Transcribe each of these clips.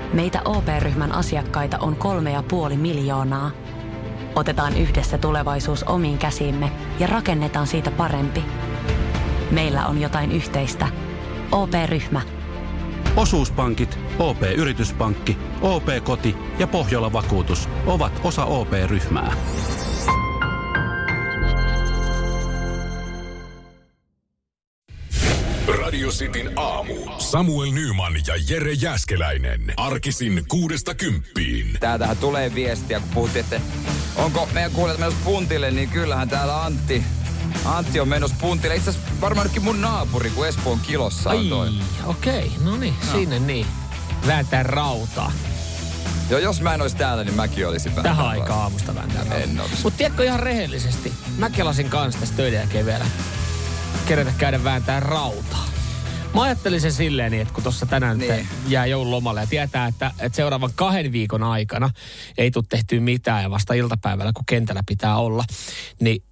Meitä OP-ryhmän asiakkaita on 3,5 miljoonaa. Otetaan yhdessä tulevaisuus omiin käsiimme ja rakennetaan siitä parempi. Meillä on jotain yhteistä. OP-ryhmä. Osuuspankit, OP-yrityspankki, OP-koti ja Pohjola-vakuutus ovat osa OP-ryhmää. Radio Cityn aamu. Samuel Nyman ja Jere Jääskeläinen. Arkisin 6–10. Täältähän tulee viestiä, kun puhuttiin, että onko meidän kuulijat menossa puntille, niin kyllähän täällä Antti on menossa puntille. Itse asiassa varmaan nytkin mun naapuri, kun Espoon Kilossa on toi. Okei, no niin, sinne niin. Vääntää rautaa. Joo, jos mä en olisi täällä, niin mäkin olisin vähän. Tähän aikaan aamusta vääntää rautaa. En olisi. Mut tiedätkö ihan rehellisesti, mä kelasin kanssa tästä töiden jälkeen vielä kerätä käydä vääntää rautaa. Mä ajattelin sen silleen, että kun tuossa tänään jää joululomalle ja tietää, että seuraavan 2 viikon aikana ei tule tehtyä mitään ja vasta iltapäivällä, kun kentällä pitää olla, niin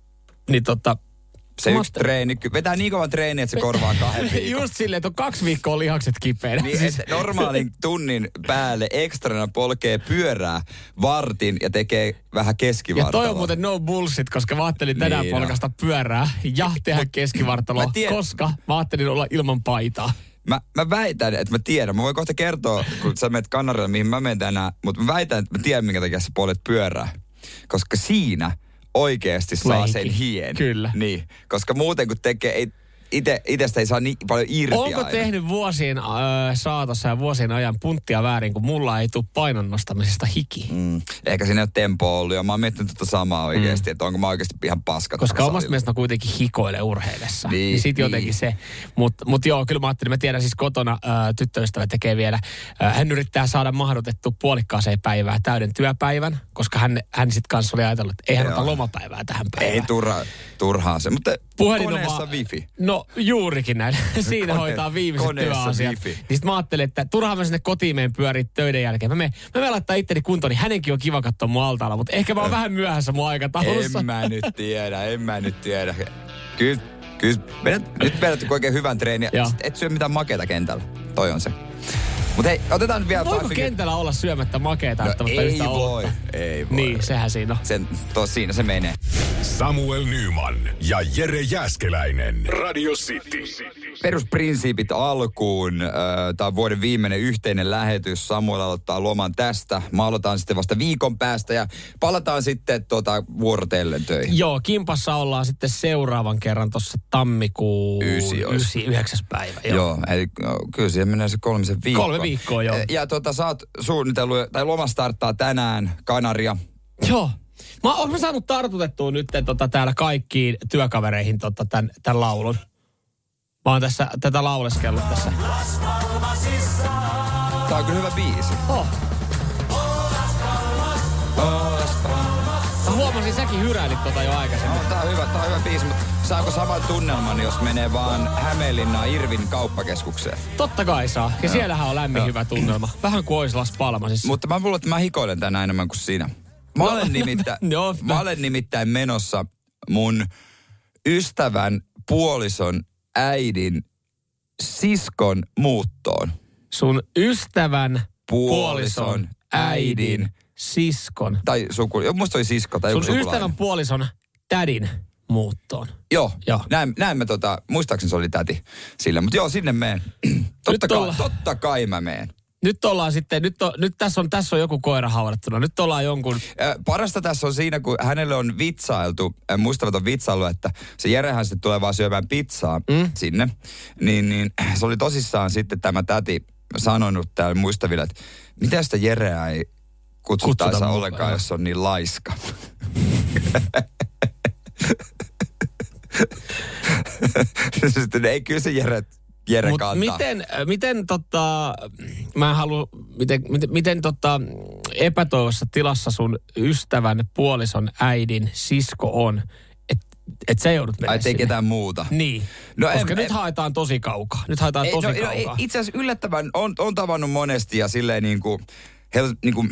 se yksi treeni, vetää niin kovan treeni, että se korvaa 2 viikon. Just silleen, että on 2 viikkoa lihakset kipeänä. Niin, että normaalin tunnin päälle ekstrana polkee pyörää vartin ja tekee vähän keskivartaloa. Ja toi on muuten no bullshit, koska mä ajattelin tänään polkasta pyörää ja tehdä keskivartaloa, koska mä ajattelin olla ilman paitaa. Mä väitän, että mä tiedän. Mä voin kohta kertoa, kun sä menet Kanarille, mihin mä menen tänään, mutta mä väitän, että mä tiedän, minkä takia sä poljet pyörää. Koska siinä oikeasti saa sen hien. Kyllä. Niin, koska muuten kun tekee, itsestä ei saa niin paljon irti. Onko aina tehnyt vuosien saatossa ja vuosien ajan punttia väärin, kun mulla ei tule painon nostamisesta hiki? Ehkä siinä ei ole tempoa ollut, ja mä oon miettinyt tätä samaa oikeasti, että onko mä oikeasti ihan paska. Koska omasta mielestä mä kuitenkin hikoilen urheilessa. Niin sit jotenkin se. Mut joo, kyllä mä ajattelin, mä tiedän siis kotona tyttöystävä tekee vielä. Hän yrittää saada mahdotettu puolikkaaseen päivää täyden työpäivän, koska hän sit kanssa oli ajatellut, että ei hän ota lomapäivää tähän päivään. Ei turhaa se, mutta koneessa on wifi. No juurikin näin. Siinä hoitaa viimeiset työasiat. Niin sit mä ajattelin, että turhaan mä sinne kotiin meen pyörit töiden jälkeen. Mä menen laittaa itteni kuntoon, niin hänenkin on kiva katsoa mun altaalla, mutta ehkä mä oon vähän myöhässä mun aikataulussa. En mä nyt tiedä. Kyllä, nyt vedät oikein hyvän treeni. Et syö mitään makeita kentällä. Toi on se. Mutta hei, otetaan nyt vielä... Voiko kentällä olla syömättä makeita? No ei voi. Niin, sehän siinä on. Siinä se menee. Samuel Nyman ja Jere Jääskeläinen. Radio City. Perusprinsiipit alkuun. Tämä on vuoden viimeinen yhteinen lähetys. Samuel aloittaa loman tästä. Mä aloitan sitten vasta viikon päästä ja palataan sitten vuorotellen töihin. Joo, kimpassa ollaan sitten seuraavan kerran tuossa tammikuun 9. päivä. Joo, eli kyllä siihen menee se 3 viikkoa. 3 viikkoa, joo. Ja sä oot suunnitellut, tai loma starttaa tänään, Kanaria. Joo. Oon mä saanut tartutettua nyt täällä kaikkiin työkavereihin tämän laulun. Mä oon tätä lauleskellut tässä. Tää on kyllä hyvä biisi. Mä huomasin, säkin hyräilit jo aikaisemmin. Tää on hyvä biisi, mutta saako saman tunnelman, jos menee vaan Hämeenlinnaan Irvin kauppakeskukseen? Totta kai saa. Ja siellähän on lämmin hyvä tunnelma. Vähän kuin ois Las Palmasissa. Mutta mä luulen, että mä hikoilen tänään enemmän kuin sinä. Mä olen nimittäin menossa mun ystävän puolison äidin siskon muuttoon. Sun ystävän puolison äidin siskon. Tai musta oli sisko tai sun ystävän puolison tädin muuttoon. Joo. Näin mä muistaakseni se oli täti sillä, mutta joo, sinne meen. Totta kai mä meen. Nyt ollaan sitten, nyt tässä on joku koira haudattuna. Nyt ollaan jonkun... Parasta tässä on siinä, kun hänelle on vitsailtu, muistavat on vitsaillut, että se Jerehän sitten tulee vaan syömään pizzaa sinne. Niin se oli tosissaan sitten tämä täti sanonut täällä muistaville, että miten sitä Jereä ei kutsuttaisi ollenkaan, jos on niin laiska. Sitten ei kyllä se Jere kantaa. Miten epätoivossa tilassa sun ystävän puolison äidin sisko on, että sä joudut mennä sinne. Ei ketään muuta. Niin, koska nyt haetaan tosi kaukaa. Itse asiassa yllättävän on tavannut monesti ja silleen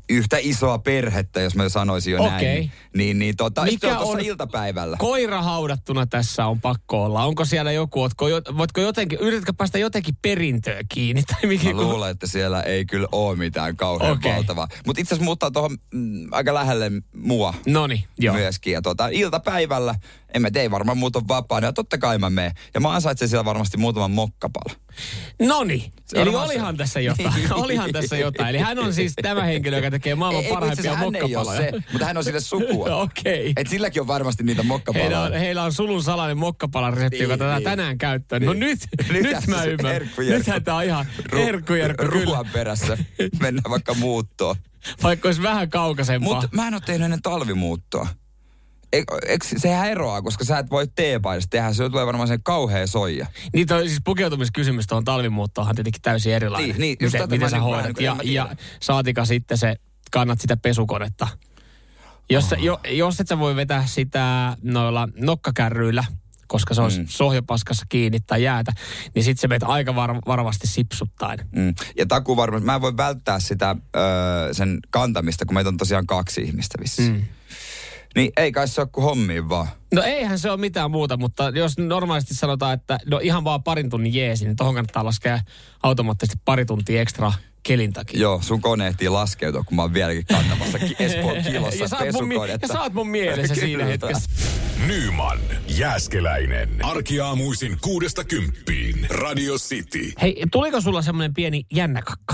yhtä isoa perhettä, jos mä sanoisin jo näin. Mikä on iltapäivällä? Koira haudattuna tässä on pakko olla. Onko siellä joku, voitko jotenkin, yritätkö päästä jotenkin perintöä kiinni? Tai mikä, mä luulen, että siellä ei kyllä ole mitään kauhean valtavaa. Mutta itse asiassa muuttaa tuohon aika lähelle mua. Noniin, joo. Myöskin. Ja iltapäivällä, ei varmaan muut on vapaana. Ja totta kai mä menen. Ja mä ansaitsen siellä varmasti muutaman mokkapala. Noniin. Eli olihan tässä jotain. Eli hän on siis tämä henkilö, joka tekee maailman parhaimpia mokkapaloja. Hän ei ole se, mutta hän on sille sukua. Okei. Et silläkin on varmasti niitä mokkapaloja. Heillä on sulun salainen mokkapalaresepti, joka tätä tänään käyttöön. No nyt mä ymmärrän. Nythän tää on ihan herkkujerkku kyllä. Ruoan perässä mennään vaikka muuttoon. Vaikka olisi vähän kaukaisempaa. Mutta mä en ole tehnyt ennen talvimuuttoa. Sehän eroaa, koska sä et voi teepaidasta tehdä. Se tulee varmaan sen kauhea soija. Niin siis pukeutumiskysymys tuohon talvimuuttoon on tietenkin täysin erilainen. Niin, miten sä hoidat. Ja saatika sitten kannat sitä pesukonetta. Jos et sä voi vetää sitä noilla nokkakärryillä, koska se olisi sohjopaskassa kiinni tai jäätä, niin sit se meet aika varovasti sipsuttain. Ja takuu varmasti. Mä en voi välttää sitä sen kantamista, kun meitä on tosiaan 2 ihmistä vissiin. Niin ei kai se ole kuin hommiin vaan. No eihän se ole mitään muuta, mutta jos normaalisti sanotaan, että no ihan vaan parin tunnin jeesi, niin tohon kannattaa laskea automaattisesti pari tuntia ekstra kelin takia. Joo, sun kone ehtii laskeutua, kun mä oon vieläkin kantamassa Espoon kilossa pesukonetta. Ja saat mun mielessä siinä hetkessä. Nyman, Jääskeläinen. Arkiaamuisin 6–10. Radio City. Hei, tuliko sulla semmoinen pieni jännäkakka?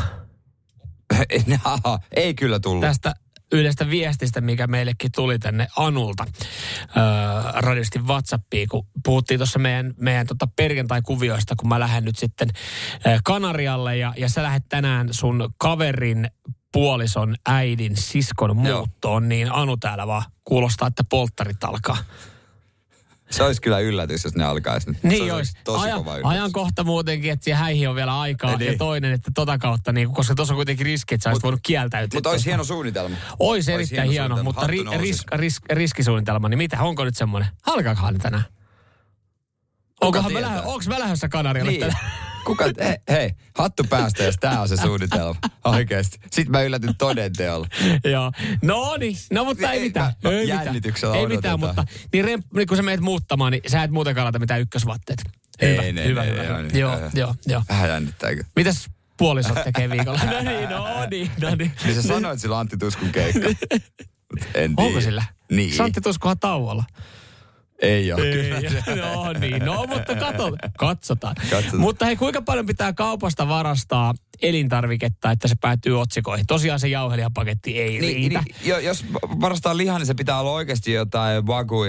Ei kyllä tullut. Tästä yhdestä viestistä, mikä meillekin tuli tänne Anulta radiosti WhatsAppiin, kun puhuttiin tuossa meidän perjantai-kuvioista, kun mä lähden nyt sitten Kanarialle ja sä lähdet tänään sun kaverin puolison äidin siskon muuttoon, niin Anu täällä vaan kuulostaa, että polttarit alkaa. Se olisi kyllä yllätys, jos ne alkaisi nyt. Niin olisi. Ajankohta muutenkin, että siihen häihin on vielä aikaa. Niin. Ja toinen, että kautta, niin, koska tuossa on kuitenkin riski, että sä olisit voinut kieltäytyä. Mutta olisi hieno suunnittama. Olisi erittäin hieno, mutta riskisuunnitelma, niin mitä, onko nyt semmoinen? Alkaakohan ne tänään? Onko mä lähdössä Kanarialle tänään? Hei, hattu päästä, jos tää on se suunnitelma. Oikeesti. Sitten mä yllätyn toden teolla. Joo. No mutta ei mitään. Jännityksellä ei mitään, mutta niin kun sä meet muuttamaan, niin sä et muutenkaan laita mitään ykkösvaatteet. Hyvä. Joo. Vähän jännittääkö? Mitäs puolisot tekee viikolla? No niin. Niin sä sanoit sillä Antti Tuskun keikka. En tiedä. Onko sillä? Niin. Antti Tuskuhan tauolla. Ei ole. Mutta katsotaan. Mutta hei, kuinka paljon pitää kaupasta varastaa elintarviketta, että se päätyy otsikoihin? Tosiaan se jauhelijapaketti ei riitä. Jos varastaa lihaa, niin se pitää olla oikeasti jotain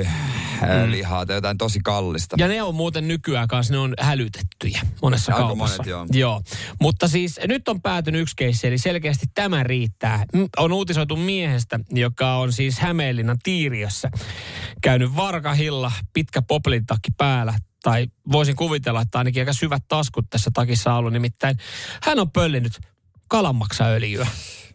lihaa tai jotain tosi kallista. Ja ne on muuten nykyään kanssa, ne on hälytettyjä monessa kaupassa. Monet, joo. Mutta siis nyt on päätynyt yksi keissi, eli selkeästi tämä riittää. On uutisoitu miehestä, joka on siis Hämeenlinnan Tiiriössä käynyt varkahilla, pitkä poplintakki päällä. Tai voisin kuvitella, että ainakin aika syvät taskut tässä takissa on ollut. Nimittäin hän on pöllinyt kalanmaksaöljyä.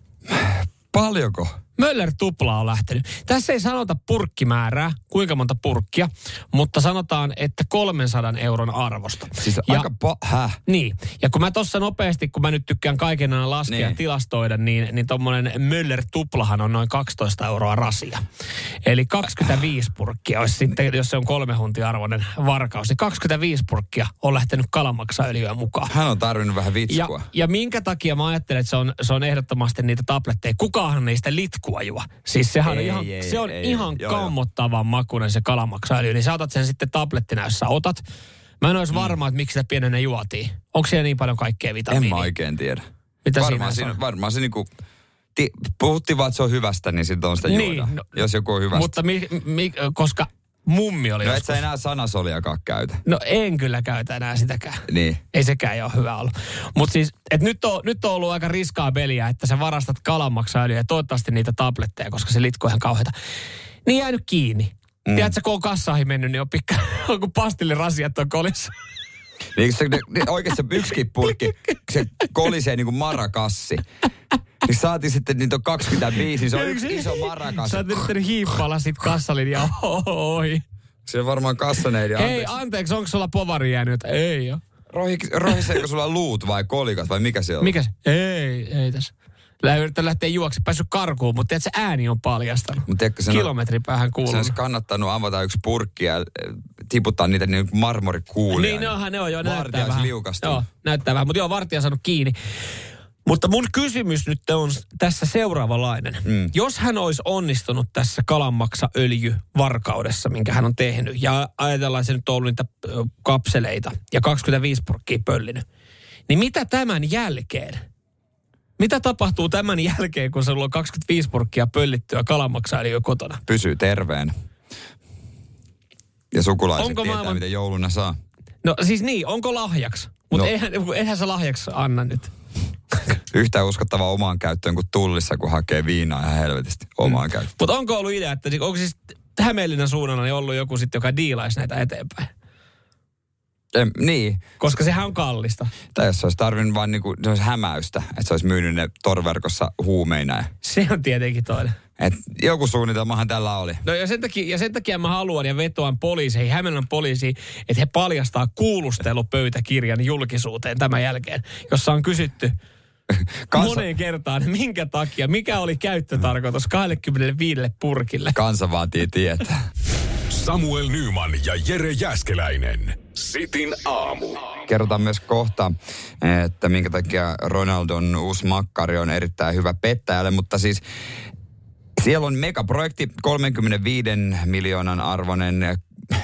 Paljonko? Möller tupla on lähtenyt. Tässä ei sanota purkkimäärää, kuinka monta purkkia, mutta sanotaan, että 300 euron arvosta. Siis Niin. Ja kun mä tossa nopeasti, kun mä nyt tykkään kaiken aina laskea ja tilastoida, niin tommonen Möller tuplahan on noin 12 euroa rasia. Eli 25 purkkia olisi sitten, jos se on 3 huntin arvoinen varkaus, niin 25 purkkia on lähtenyt kalanmaksaöljyä mukaan. Hän on tarvinnut vähän vitskua. Ja minkä takia mä ajattelen, että se on ehdottomasti niitä tabletteja. Kukahan niistä litkua juo? Siis sehän on ihan kammottavan makuinen se kalanmaksaöljy. Niin sä otat sen sitten tablettina, jos sä otat. Mä en olisi varma, että miksi sitä pienenä juotiin. Onko siellä niin paljon kaikkea vitamiinia? En mä oikein tiedä. Mitä varmaan se niinku... Puhuttiin vaan, että se on hyvästä, niin sitten on sitä juoda. Jos joku on hyvästä. Mutta koska mummi oli et sä enää sanasoliakaan käytä. No en kyllä käytä enää sitäkään. Niin. Ei sekään ole hyvä ollut. Mutta siis, että nyt on ollut aika riskaa peliä, että sä varastat kalanmaksaöljyä ja toivottavasti niitä tabletteja, koska se litku on ihan kauheata. Niin jäänyt kiinni. Tiedätkö, kun on kassaahin mennyt, niin on kuin pastillirasiat on kolissa. Niin oikeasti se yksikin purkki, se kolisee niin kuin marakassi. Niin saatiin sitten, niitä on 25, niin se on yksi iso marakassi. Sä oot yrittänyt hiippailla sit kassalinjaa ohi. Se on varmaan kassaneidi. Hei, anteeksi, onko sulla povari jäänyt? Ei oo. Rohiseeko sulla luut vai kolikat vai mikä se on? Mikä se? Ei tässä. Yrittänyt lähteä juoksemaan, päässyt karkuun, mutta se ääni on paljastanut. Kilometrin päähän kuuluu. Se olisi kannattanut avata yksi purkki ja tiputtaa niitä niin marmorikuulia. Niin ne on jo, näyttää vartija vähän. Liukastunut. Joo, näyttää vähän, mutta joo, vartija saanut kiinni. Mutta mun kysymys nyt on tässä seuraavanlainen. Jos hän olisi onnistunut tässä kalanmaksaöljyvarkaudessa, minkä hän on tehnyt, ja ajatellaan se nyt on ollut niitä kapseleita ja 25 purkkia pöllinyt, niin mitä tämän jälkeen? Mitä tapahtuu tämän jälkeen, kun sulla on 25 purkkia pöllittyä kalanmaksaöljyä kotona? Pysyy terveen. Ja sukulaiset tietää, miten jouluna saa. No siis niin, onko lahjaksi? Mutta eihän se lahjaksi anna nyt. Yhtä uskottavaa omaan käyttöön kuin Tullissa, kun hakee viinaa ihan helvetisti omaan käyttöön. Mutta onko ollut idea, että onko siis Hämeenlinnan suunnalla niin ollut joku sitten, joka diilaisi näitä eteenpäin? Niin. Koska sehän on kallista. Tai jos se olisi tarvinnut vaan niinku, se olisi hämäystä, että se olisi myynyt ne torverkossa huumeina. Se on tietenkin toinen. Et joku suunnitelmahan tällä oli. No ja sen takia mä haluan ja vetoan poliiseihin, Hämeenlinnan poliisiin, että he paljastaa kuulustelupöytäkirjan julkisuuteen tämän jälkeen, jossa on kysytty moneen kertaan, minkä takia, mikä oli käyttötarkoitus 25 purkille. Kansa vaatii tietää. Samuel Nyman ja Jere Jääskeläinen. Sitin aamu. Kerrotaan myös kohta, että minkä takia Ronaldon uusi makkari on erittäin hyvä pettäjälle, mutta siis siellä on megaprojekti, 35 miljoonan arvoinen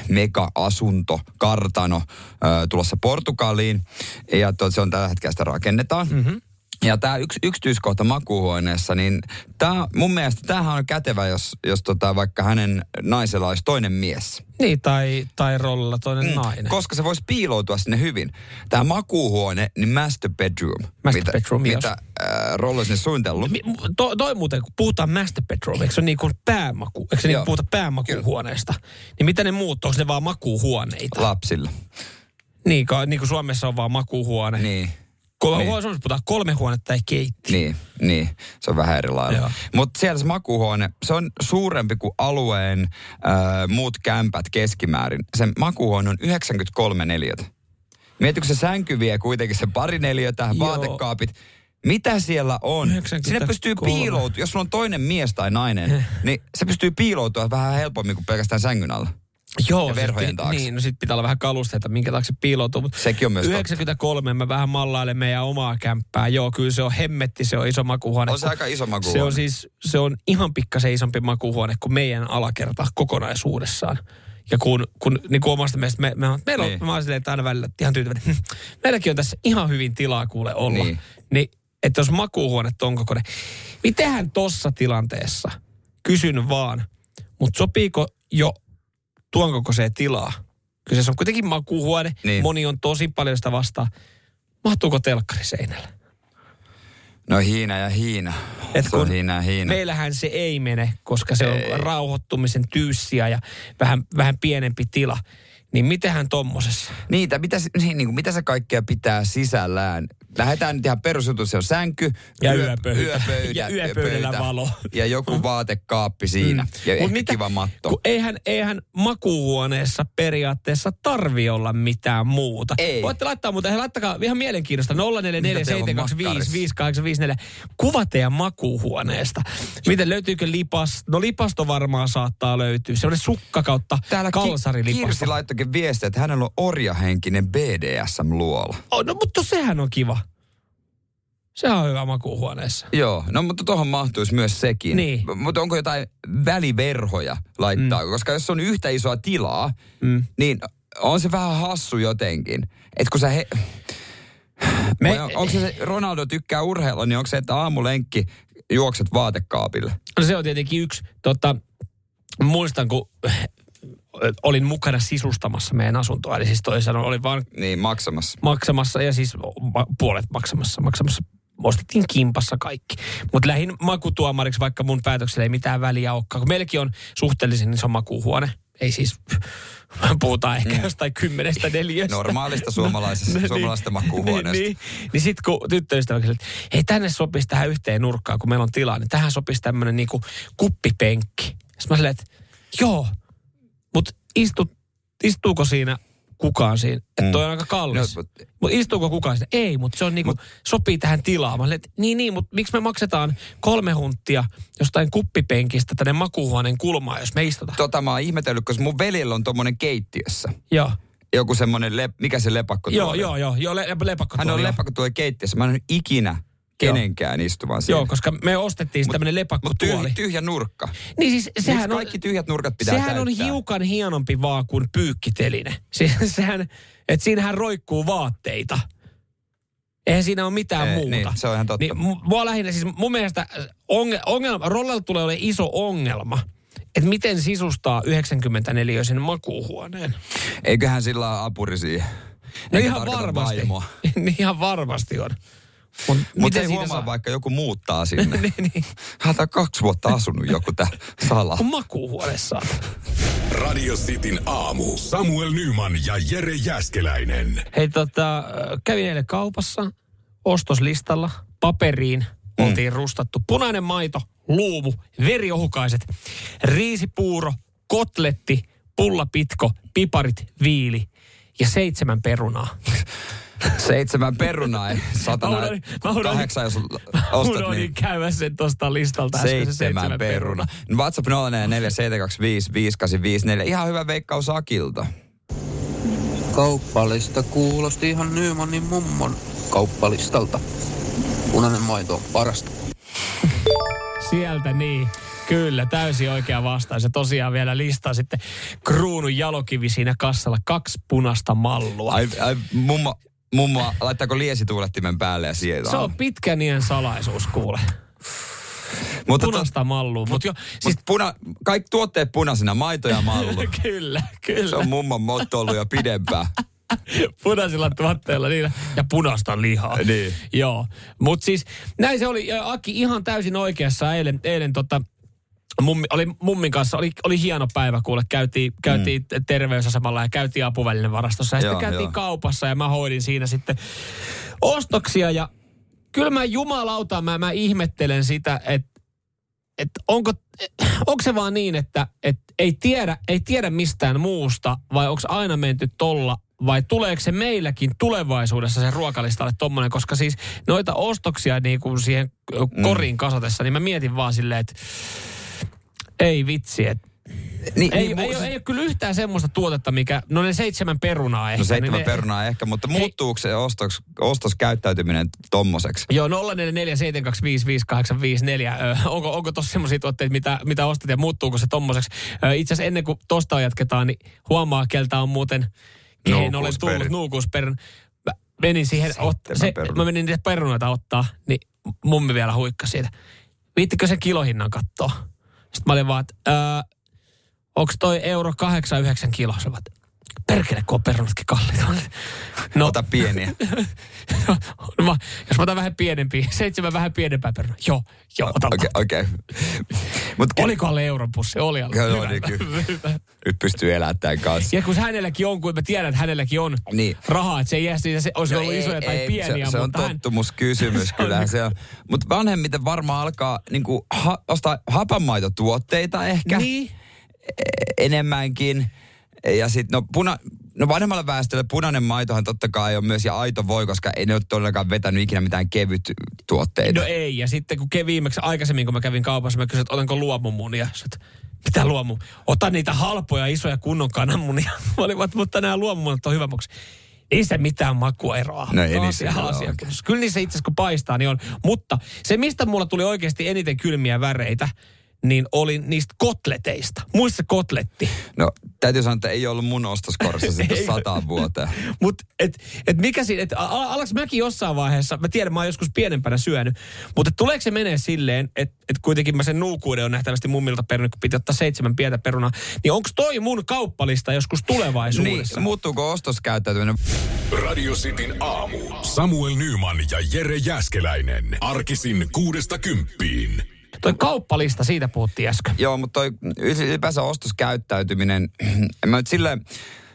mega-asuntokartano tulossa Portugaliin. Ja se on tällä hetkellä sitä rakennetaan. Mm-hmm. Ja tämä yksityiskohta makuuhuoneessa, niin mun mielestä tämähän on kätevä, jos vaikka hänen naisella olisi toinen mies. Niin, tai rollilla toinen nainen. Koska se voisi piiloutua sinne hyvin. Tämä makuuhuone, niin master bedroom. Mitä Rollo sinne suunnitellut. Toi muuten, kun puhutaan master bedroom, eikö se ole niin kuin päämaku? Eikö se niin puhuta päämakuuhuoneesta? Niin mitä ne muut, onko ne vaan makuuhuoneita? Lapsilla. Niin kuin Suomessa on vaan makuuhuone. Niin. Suomessa puhutaan 3 huonetta ja keittiö. Niin. Se on vähän eri lailla. Mutta siellä se makuuhuone, se on suurempi kuin alueen muut kämpät keskimäärin. Se makuuhuone on 93 neliötä. Mietitkö se sänky vie kuitenkin se pari neliötä, vaatekaapit. Mitä siellä on? 93. Sinne pystyy piiloutumaan, jos sulla on toinen mies tai nainen, niin se pystyy piiloutumaan vähän helpommin kuin pelkästään sängyn alla. Joo, ja verhojen taakse. Niin, no sit pitää olla vähän kalusteita, minkä taakse piiloutuu. Sekin on myös 93, mä vähän mallailen meidän omaa kämppää. Joo, kyllä se on hemmetti, se on iso makuuhuone. On se aika iso makuuhuone. Se on ihan pikkasen isompi makuuhuone kuin meidän alakerta kokonaisuudessaan. Ja kun niin kuin omasta mielestä mä oon silleen, että aina välillä ihan tyytyväinen. Meilläkin on tässä ihan hyvin tilaa kuule olla. Niin että jos makuuhuone on kokoinen. Mitenhän tossa tilanteessa, kysyn vaan, mutta sopiiko jo tuon kokoiseen tilaa? Kyllä se on kuitenkin makuuhuone. Niin. Moni on tosi paljon sitä vastaan. Mahtuuko telkkari seinälle? No hiina ja hiina. Se on hiina ja hiina. Meillähän se ei mene, koska se on rauhoittumisen tyyssiä ja vähän pienempi tila. Niin mitenhän tommosessa? Mitä se kaikkea pitää sisällään? Lähdetään nyt ihan perusjutuun. Se on sänky, ja yöpöytä. Ja yöpöydällä valo. Ja joku vaatekaappi siinä. Ja ehkä kiva matto. Kun eihän makuuhuoneessa periaatteessa tarvi olla mitään muuta. Ei. Voitte laittaa muuten, laittakaa ihan mielenkiintoista. 0447255854. Kuva teidän makuuhuoneesta. Miten löytyykö lipas? No lipasto varmaan saattaa löytyä. Se on sukka kautta kalsarilipasto. Kirsi laittokin viestiä, että hänellä on orjahenkinen BDSM-luola. No mutta sehän on kiva. Sehän on hyvä makuuhuoneessa. Joo, no mutta tuohon mahtuisi myös sekin. Niin. Mutta onko jotain väliverhoja laittaa? Koska jos on yhtä isoa tilaa, niin on se vähän hassu jotenkin. Että kun sä onko se Ronaldo tykkää urheilla, niin onko se, että aamulenkki juokset vaatekaapille? No se on tietenkin yksi. Muistan, kun olin mukana sisustamassa meidän asuntoa. Eli siis toisin sanoen olin vaan... Niin, maksamassa. Maksamassa ja siis puolet maksamassa. Ostettiin kimpassa kaikki. Mutta lähin makutuomariksi, vaikka mun päätöksellä ei mitään väliä olekaan. Kun meilläkin on suhteellisen iso makuuhuone. Ei siis, puhutaan ehkä jostain 10 neliöstä. Normaalista suomalaisesta makuuhuoneesta. Niin sit kun tyttöystävä kysyi, että hei tänne sopisi tähän yhteen nurkkaan, kun meillä on tilaa, niin tähän sopisi tämmöinen niinku kuppipenkki. Sitten mä silleen, että joo, mutta istuuko siinä kukaan siinä? Että toi on aika kallis. No, mutta istuuko kukaan siinä? Ei, mutta se on niinku, sopii tähän tilaan. Mä olin, että niin, mutta miksi me maksetaan 3 hunttia jostain kuppipenkistä tänne makuuhuoneen kulmaan, jos me istutaan? Mä oon ihmetellyt, koska mun veljellä on tommonen keittiössä. Joo. Joku semmonen, mikä se lepakko tuoli? Joo, lepakko tuoli. Hän on lepakko tuoli keittiössä. Mä en ole ikinä kenenkään istumaan siinä. Joo, koska me ostettiin tämmöinen lepakko tuoli. Tyhjä nurkka. Niin siis sehän kaikki tyhjät nurkat pitää täyttää? Sehän on hiukan hienompi vaan kuin pyykkiteline. Että siinähän roikkuu vaatteita. Eihän siinä ole mitään muuta. Niin, se on ihan totta. Niin, mua lähinnä siis mun mielestä Rollella tulee olemaan iso ongelma. Että miten sisustaa 94-öisen makuuhuoneen. Eiköhän sillä ole apuri siihen. No ihan varmasti. Niin ihan varmasti on. Mutta ei huomaa, vaikka joku muuttaa sinne. niin. Hän on 2 vuotta asunut joku tää sala. Makuuhuoneessa. Radio Cityn aamu. Samuel Nyman ja Jere Jääskeläinen. Hei kävin eilen kaupassa ostoslistalla paperiin. Oltiin rustattu punainen maito, luumu, veriohukaiset, riisipuuro, kotletti, pullapitko, piparit, viili ja 7 perunaa. 7 perunaa, ei 108, jos ostat niin. Käydä sen tosta listalta. 7 perunaa. WhatsApp 044 Ihan hyvä veikkaus Akilta. Kauppalista kuulosti ihan Nymanin mummon kauppalistalta. Punainen maito on parasta. Sieltä niin. Kyllä, täysin oikea vastaus. Ja tosiaan vielä listaa sitten kruunun jalokivi siinä kassalla. 2 punaista mallua. Mummo, laittaako liesituulettimen päälle ja sieltä? Se on pitkän iän salaisuus, kuule. Punaista mallua. Kaikki tuotteet punaisina, maito ja mallu. Kyllä. Se on mummon motto ollut jo pidempään. Punaisilla tuotteilla niillä ja punaista lihaa. Niin. Joo. Mutta siis näin se oli. Aki ihan täysin oikeassa eilen mummin kanssa, oli hieno päivä kuule, käytiin terveysasemalla ja käytiin apuvälinevarastossa ja sitten käytiin kaupassa ja mä hoidin siinä sitten ostoksia ja kyllä mä jumalauta, mä ihmettelen sitä, että onko se vaan niin, että ei tiedä mistään muusta vai onko aina menty tolla vai tuleeko se meilläkin tulevaisuudessa sen ruokalistalle tommonen, koska siis noita ostoksia niin kuin siihen koriin kasatessa, niin mä mietin vaan silleen, että ei vitsi, että ei ole kyllä yhtään semmoista tuotetta, mikä, no ne 7 perunaa ehkä. No 7 perunaa ehkä, mutta muuttuuko se ostoskäyttäytyminen tommoseksi? Joo, 044725585. Onko tossa semmoisia tuotteita, mitä ostat ja muuttuuko se tommoseksi? Itse asiassa ennen kuin tosta jatketaan, niin huomaa, keltä on muuten kehen olen tullut nuukuusperun. Mä menin siihen, mä menin niitä perunoita ottaa, niin mummi vielä huikkasi siitä. Viittikö sen kilohinnan katsoa? Sitten mä olin vaan, että onko toi euro 8-9 kiloa? Sä vaat, perkele, kun on perunatkin kalliita. No, ota pieniä. Jos mä otan vähän pienempiä, 7 vähän pienempää perunaa. Joo, ota. Okei. Oliko alle euron pussi? Oli alle. Joo, niin kyllä. Nyt pystyy elämään tämän kanssa. Ja kun hänelläkin on, kun mä tiedän, että hänelläkin on rahaa, että se ei jää siitä, se olisi ollut isoja tai pieniä. Se on tottumuskysymys kyllähän se on. Mutta vanhemmiten varmaan alkaa niinku ostaa hapanmaitotuotteita ehkä. Niin. Enemmänkin. Ja sitten vanhemmalle väestölle punainen maitohan totta kai on myös, ja aito voi, koska ei ne ole todellakaan vetänyt ikinä mitään kevyt tuotteita. No ei, ja sitten kun viimeksi aikaisemmin, kun mä kävin kaupassa, mä kysyin, että otanko luomumunia. Mitä luomu? Ota niitä halpoja, isoja kunnon kananmunia. Mä olin, mutta nämä luomumunat on hyvä maksi. Ei se mitään makueroa. No ei niissä Kyllä niissä itse asiassa kun paistaa, niin on. Mutta se, mistä mulla tuli oikeasti eniten kylmiä väreitä, niin oli niistä kotleteista. Muista kotletti? No, täytyy sanoa, että ei ollut mun ostoskorissa sitten 100 vuoteen. Mutta mikä siinä, että alaks mäkin jossain vaiheessa, mä tiedän, mä oon joskus pienempänä syönyt, mutta tuleeko se menee silleen, että kuitenkin mä sen nuukuuden on nähtävästi mummilta perunut, kun piti ottaa 7 pientä perunaa, niin onko toi mun kauppalista joskus tulevaisuudessa? Niin, muuttuuko ostoskäyttäytyminen? Radio Cityn aamu. Samuel Nyman ja Jere Jääskeläinen. Arkisin 6–10. Toi kauppalista, siitä puhuttiin äsken. Joo, mutta toi ylipäänsä ostoskäyttäytyminen, mä nyt silleen,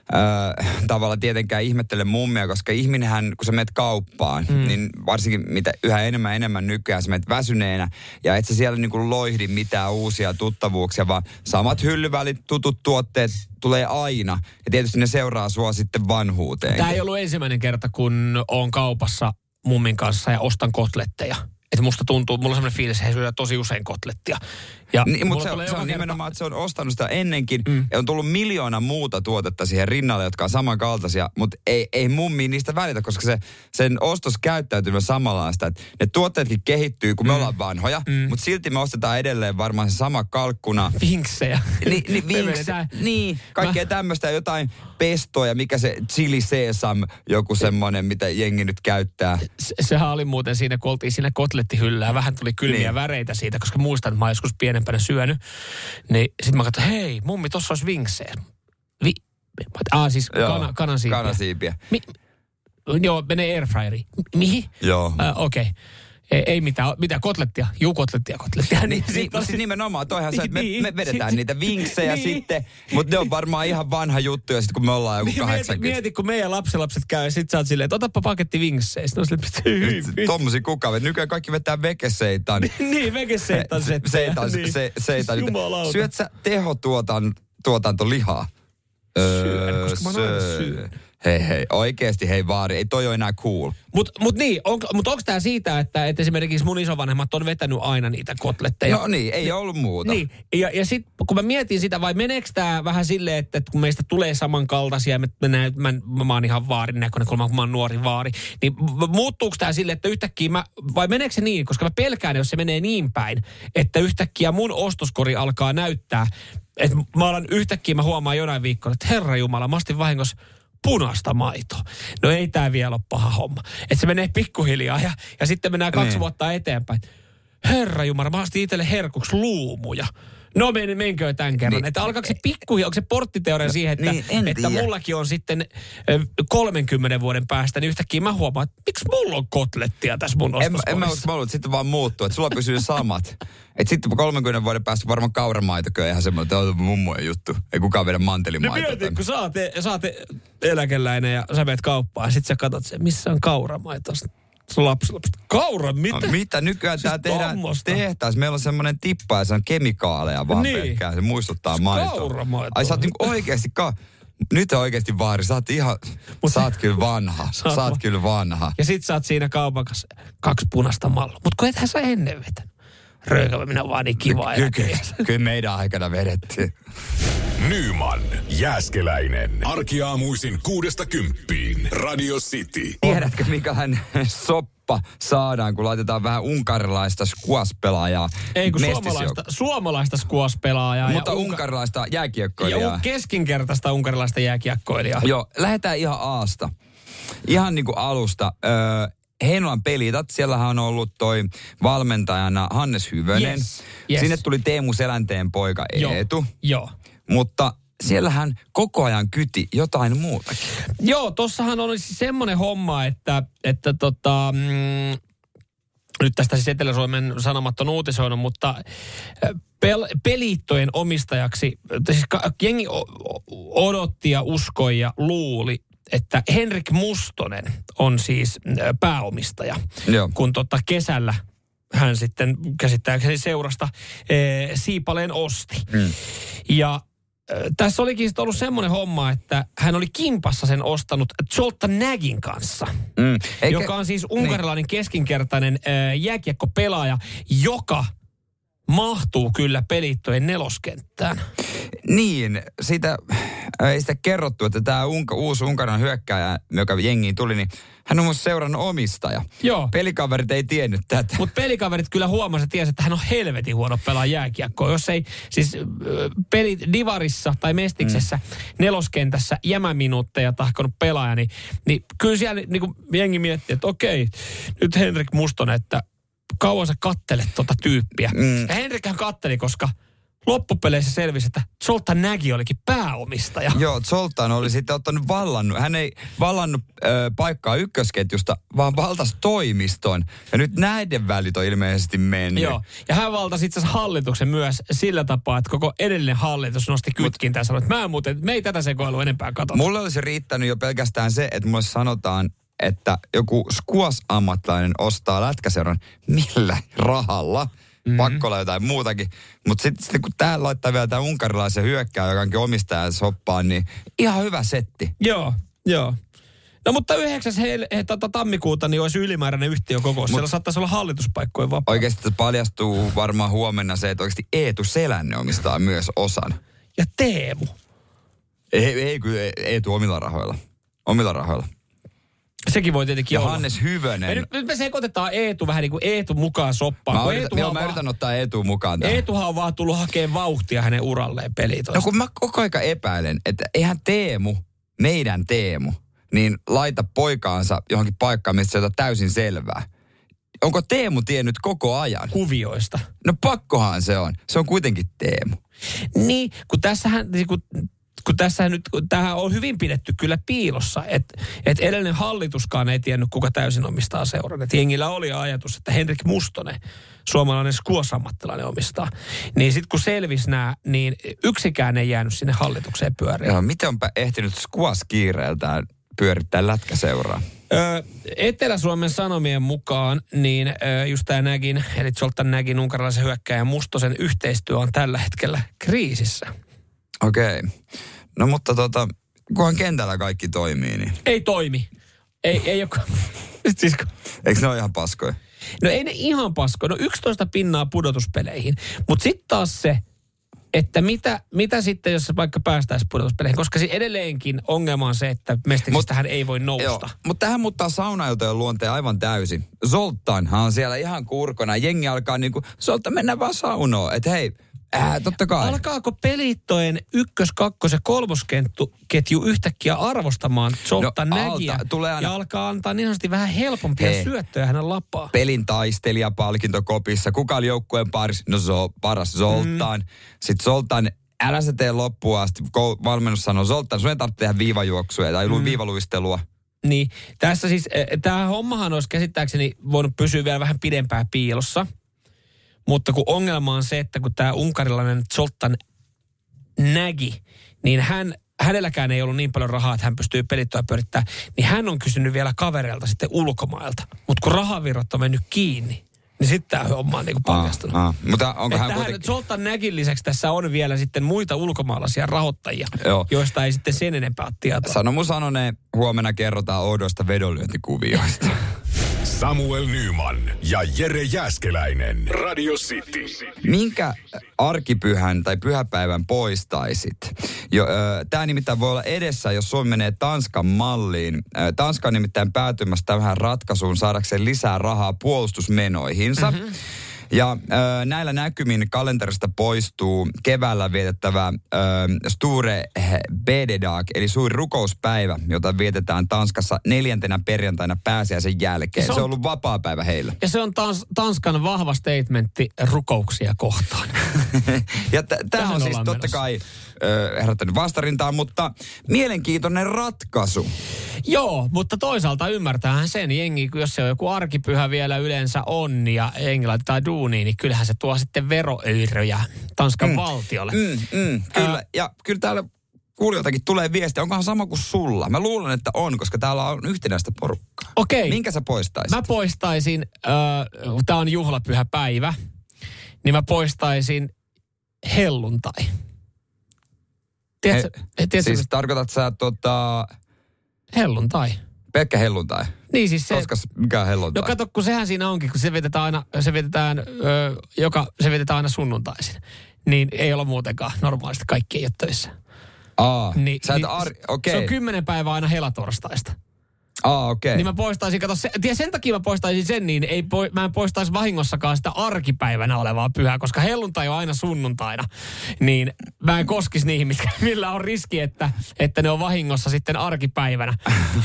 tavalla tietenkään ihmettele mummia, koska ihminenhän, kun sä menet kauppaan, niin varsinkin mitä yhä enemmän nykyään sä menet väsyneenä, ja et sä siellä niinku loihdi mitään uusia tuttavuuksia, vaan samat hyllyvälit, tutut tuotteet tulee aina. Ja tietysti ne seuraa sua sitten vanhuuteen. Tämä ei ollut ensimmäinen kerta, kun oon kaupassa mummin kanssa ja ostan kotletteja. Että musta tuntuu, mulla on semmoinen fiilis, että he syövät tosi usein kotlettia. Niin, mutta se on nimenomaan, että se on ostanut sitä ennenkin. Ja on tullut 1,000,000 muuta tuotetta siihen rinnalle, jotka on samankaltaisia. Mutta ei mummi niistä välitä, koska sen ostoskäyttäytymä samanlaista. Että ne tuotteetkin kehittyy, kun me ollaan vanhoja. Mutta silti me ostetaan edelleen varmaan se sama kalkkuna. Vinksejä. Niin, kaikkea tämmöistä, jotain pestoja, mikä se chili sesam, joku semmoinen, mitä jengi nyt käyttää. Sehän oli muuten siinä, kun oltiin siinä kotlettihyllyllä. Vähän tuli kylmiä väreitä siitä, koska muistan, että mä joskus pienempänä syönyt. Niin sit mä katsoin, hei, mummi, tossa olisi vinksejä. Siis kanansiipiä. Kanansiipiä. Joo, menee airfryeriin. Mihin? Joo. Okei. Ei mitään kotlettia. Juu, kotlettia. Niin, siis nimenomaan, toihan se, että me vedetään niitä vinksejä sitten, mutta ne on varmaan ihan vanha juttu, ja sitten kun me ollaan joku 80. Mieti, kun meidän lapsenlapset käy, ja sit sä oot silleen, että otappa paketti vinksejä. Sitten on silleen, tommosia kukaan. Nykyään kaikki vetää vekeseitan. Niin, vekeseitan seitan. Jumalauta. Syöt sä tehotuotantolihaa? Syön, koska mä oon aina syönyt. Hei, oikeesti hei vaari, ei toi ole enää cool. Mut niin, onko tää siitä, että esimerkiksi mun isovanhemmat on vetänyt aina niitä kotletteja? No niin, ei ollut muuta. Niin, ja sit kun mä mietin sitä, vai meneekö tää vähän silleen, että kun meistä tulee samankaltaisia, mä oon ihan vaarin näköinen, kun mä oon nuori vaari, niin muuttuuko tää silleen, että yhtäkkiä vai meneekö se niin, koska mä pelkään, jos se menee niin päin, että yhtäkkiä mun ostoskori alkaa näyttää, että mä huomaan jonain viikkoina, että herra jumala, mä ostin vahingossa punaista maitoa. No ei tää vielä ole paha homma. Että se menee pikkuhiljaa ja sitten mennään 2 vuotta eteenpäin. Herra jumala, mä ostin itselle herkuksi luumuja. No menkö tämän kerran. Niin, että alkaako se pikkuhiljaa, onko se porttiteoria siihen, että mullakin on sitten 30 vuoden päästä, niin yhtäkkiä mä huomaan, että miksi mulla on kotlettia tässä mun ostoskorissa? En mä ollut, että sitten vaan muuttuu, että sulla pysyy samat. Että sitten 30 vuoden päästä varmaan kauramaitokin on ihan semmoinen, että on mummojen juttu. Ei kukaan vedä mantelimaitoa. No mietin, kun sä oot eläkeläinen ja sä meet kauppaan, ja sit sä katsot sen, missä on kauramaito. Lapsilapset. Kaura, mitä? No, mitä? Nykyään siis tää tehdään tehtaassa. Meillä on semmonen tippa ja se on kemikaaleja vaan pelkkää. Se muistuttaa maitoa. Kauramaitoa. Ai sä oot niinku oikeesti nyt on oikeesti vaari. Sä oot kyllä vanha. Sä oot kyllä vanha. Ja sit sä oot siinä kaupan kanssa 2 punaista mallua. Mut kun ethän sä ennen vetänyt. Röökäväminen on vaan niin kiva. Kyllä meidän aikana vedettiin. Nyman, Jääskeläinen. Arkiaamuisin 6–10. Radio City. Tiedätkö, mikähän soppa saadaan, kun laitetaan vähän unkarilaista squash-pelaajaa? Ei, kun suomalaista squash-pelaajaa. Mutta unkarilaista jääkiekkoilijaa. Ja keskinkertaista unkarilaista jääkiekkoilijaa. Joo, lähdetään ihan Aasta. Ihan niin kuin alusta. Heinolan Pelitat, siellähän on ollut toi valmentajana Hannes Hyvönen. Yes. Sinne tuli Teemu Selänteen poika Eetu. Joo. Mutta siellähän koko ajan kyti jotain muutakin. Joo, tossahan oli siis semmoinen homma, että nyt tästä siis Etelä-Suomen Sanomat on uutisoinut, mutta Peliittojen omistajaksi, siis jengi odotti ja uskoi ja luuli, että Henrik Mustonen on siis pääomistaja, joo, kun kesällä hän sitten käsittääkseni seurasta Siipaleen osti. Ja tässä olikin ollut semmoinen homma, että hän oli kimpassa sen ostanut Zoltan Nägin kanssa, joka on siis unkarilainen keskinkertainen jääkiekkopelaaja, joka mahtuu kyllä Peliittojen neloskenttään. Niin, ei sitä kerrottu, että tämä uusi unkarilainen hyökkääjä, joka jengiin tuli, niin hän on myös seuran omistaja. Joo. Pelikaverit ei tiennyt tätä. Mutta pelikaverit kyllä huomasi ja tiesi, että hän on helvetin huono pelaa jääkiekkoa. Jos ei siis divarissa tai mestiksessä neloskentässä jämäminuutteja tahkonut pelaaja, niin kyllä siellä niin jengi miettii, että okei, nyt Henrik Mustonen, että kauan sä kattelet tota tyyppiä. Ja Henrikhän katteli, koska loppupeleissä selvisi, että Zoltan Nagy olikin pääomistaja. Joo, Zoltan oli sitten ottanut hän ei vallannut paikkaa ykkösketjusta, vaan valtasi toimiston. Ja nyt näiden välit on ilmeisesti mennyt. Joo, ja hän valtasi itse asiassa hallituksen myös sillä tapaa, että koko edellinen hallitus nosti kytkintä ja sanoi, että me ei tätä sekoilua enempää katsota. Mulle olisi riittänyt jo pelkästään se, että mulle sanotaan, että joku squash-ammattilainen ostaa lätkäseuran millä rahalla. Pakko olla jotain muutakin. Mutta sitten kun täällä laittaa vielä tämän unkarilaisen hyökkää, joka onkin omistajan soppaan, niin ihan hyvä setti. Joo. No mutta 9. tammikuuta niin olisi ylimääräinen yhtiökokous. Siellä saattaisi olla hallituspaikkoja vapaa. Oikeasti paljastuu varmaan huomenna se, että oikeasti Eetu Selänne omistaa myös osan. Ja Teemu. Ei kyllä Eetu omilla rahoilla. Sekin voi tietenkin olla. Hannes Hyvönen. Nyt me sekoitetaan Eetu vähän niin kuin Eetu mukaan soppaan. Mä yritän ottaa Eetu mukaan tähän. Eetuhan on vaan tullut hakemaan vauhtia hänen uralleen pelitoista. No kun mä koko aika epäilen, että eihän Teemu, meidän Teemu, niin laita poikaansa johonkin paikkaan, mistä se on täysin selvää. Onko Teemu tiennyt koko ajan? Kuvioista. No pakkohan se on. Se on kuitenkin Teemu. Niin, kun tässähän nyt, tämähän on hyvin pidetty kyllä piilossa, että edellinen hallituskaan ei tiennyt, kuka täysin omistaa seuran. Että jengillä oli ajatus, että Henrik Mustonen, suomalainen squash-ammattilainen omistaa. Niin sitten kun selvisi nämä, niin yksikään ei jäänyt sinne hallitukseen pyöriin. Joo, miten onpa ehtinyt squash-kiireeltään pyörittää lätkäseuraa? Etelä-Suomen Sanomien mukaan, niin just tämä Nägin, eli Zoltan Nägin unkarilaisen hyökkääjän Mustosen yhteistyö on tällä hetkellä kriisissä. Okei. No mutta kunhan kentällä kaikki toimii, niin... Ei toimi. Ei ole... Siis... Eikö ne ole ihan paskoja? No ei ne ihan paskoja. No 11 pinnaa pudotuspeleihin. Mutta sitten taas se, että mitä sitten, jos vaikka päästäisiin pudotuspeleihin. Koska edelleenkin ongelma on se, että mestariksistähän ei voi nousta. Joo, mutta tähän muuttaa saunailtojen luonteen aivan täysin. Zoltanhan on siellä ihan kurkona. Jengi alkaa Zoltan mennä vaan saunoon. Että hei... totta kai. Alkaako pelittojen ykkös-, kakkos- ja kolmosketju yhtäkkiä arvostamaan Zoltan Nägiä ja alkaa antaa niin sanotusti vähän helpompia syöttöjä hänen lapaan? Pelin taistelija palkintokopissa. Kuka oli joukkueen paris? No paras Zoltan. Sitten Zoltan, älä sä tee loppuun asti. Valmennus sanoo, Zoltan, sun ei tarvitse tehdä viivajuoksuja tai viivaluistelua. Niin, tässä siis, tämä hommahan olisi käsittääkseni voinut pysyä vielä vähän pidempään piilossa. Mutta kun ongelma on se, että kun tämä unkarilainen Zoltan Nagy, niin hänelläkään ei ollut niin paljon rahaa, että hän pystyy pelittoa pyörittämään, niin hän on kysynyt vielä kavereilta sitten ulkomailta. Mutta kun rahavirrat on mennyt kiinni, niin sitten tämä homma on paljastunut. Mutta onko hän kuitenkin... Zoltan Nagyn lisäksi tässä on vielä sitten muita ulkomaalaisia rahoittajia, joista ei sitten sen enempää ole tietoa. Sano mun sanoneen, huomenna kerrotaan oudoista vedonlyöntikuvioista. Samuel Nyman ja Jere Jääskeläinen. Radio City. Minkä arkipyhän tai pyhäpäivän poistaisit? Tämä nimittäin voi olla edessä, jos Suomi menee Tanskan malliin. Tanska on nimittäin päätymässä tähän ratkaisuun saadakseen lisää rahaa puolustusmenoihinsa. Mm-hmm. Ja näillä näkymin kalenterista poistuu keväällä vietettävä Sture Bededag, eli suuri rukouspäivä, jota vietetään Tanskassa 4. perjantaina pääsiäisen jälkeen. Se on ollut vapaapäivä heillä. Ja se on Tanskan vahva statementti rukouksia kohtaan. Ja tämä on siis totta kai herättänyt vastarintaa, mutta mielenkiintoinen ratkaisu. Joo, mutta toisaalta ymmärtäähän sen jengi, jos se on joku arkipyhä vielä yleensä on ja jengi laitetaan duuniin, niin kyllähän se tuo sitten veroöyröjä Tanskan valtiolle. Kyllä, ja kyllä täällä kuulijoiltakin tulee viestiä. Onkohan sama kuin sulla? Mä luulen, että on, koska täällä on yhtenäistä porukkaa. Okei. Minkä sä poistaisit? Mä poistaisin, tää on juhlapyhä päivä, niin mä poistaisin helluntai. Tiedätkö, siis tarkoitat sä helluntai. Pelkkä helluntai? Niin siis se... Koska mikä on helluntai? No kato, kun sehän siinä onkin, kun se vietetään aina sunnuntaisin. Niin ei olla muutenkaan normaalisti, kaikki ei ole töissä. Okei. Se on 10 päivää aina helatorstaista. Okei. Niin mä poistaisin, sen takia mä poistaisin sen, niin mä en poistaisi vahingossakaan sitä arkipäivänä olevaa pyhää, koska helluntai on aina sunnuntaina. Niin mä en koskisi niihin, millä on riski, että ne on vahingossa sitten arkipäivänä.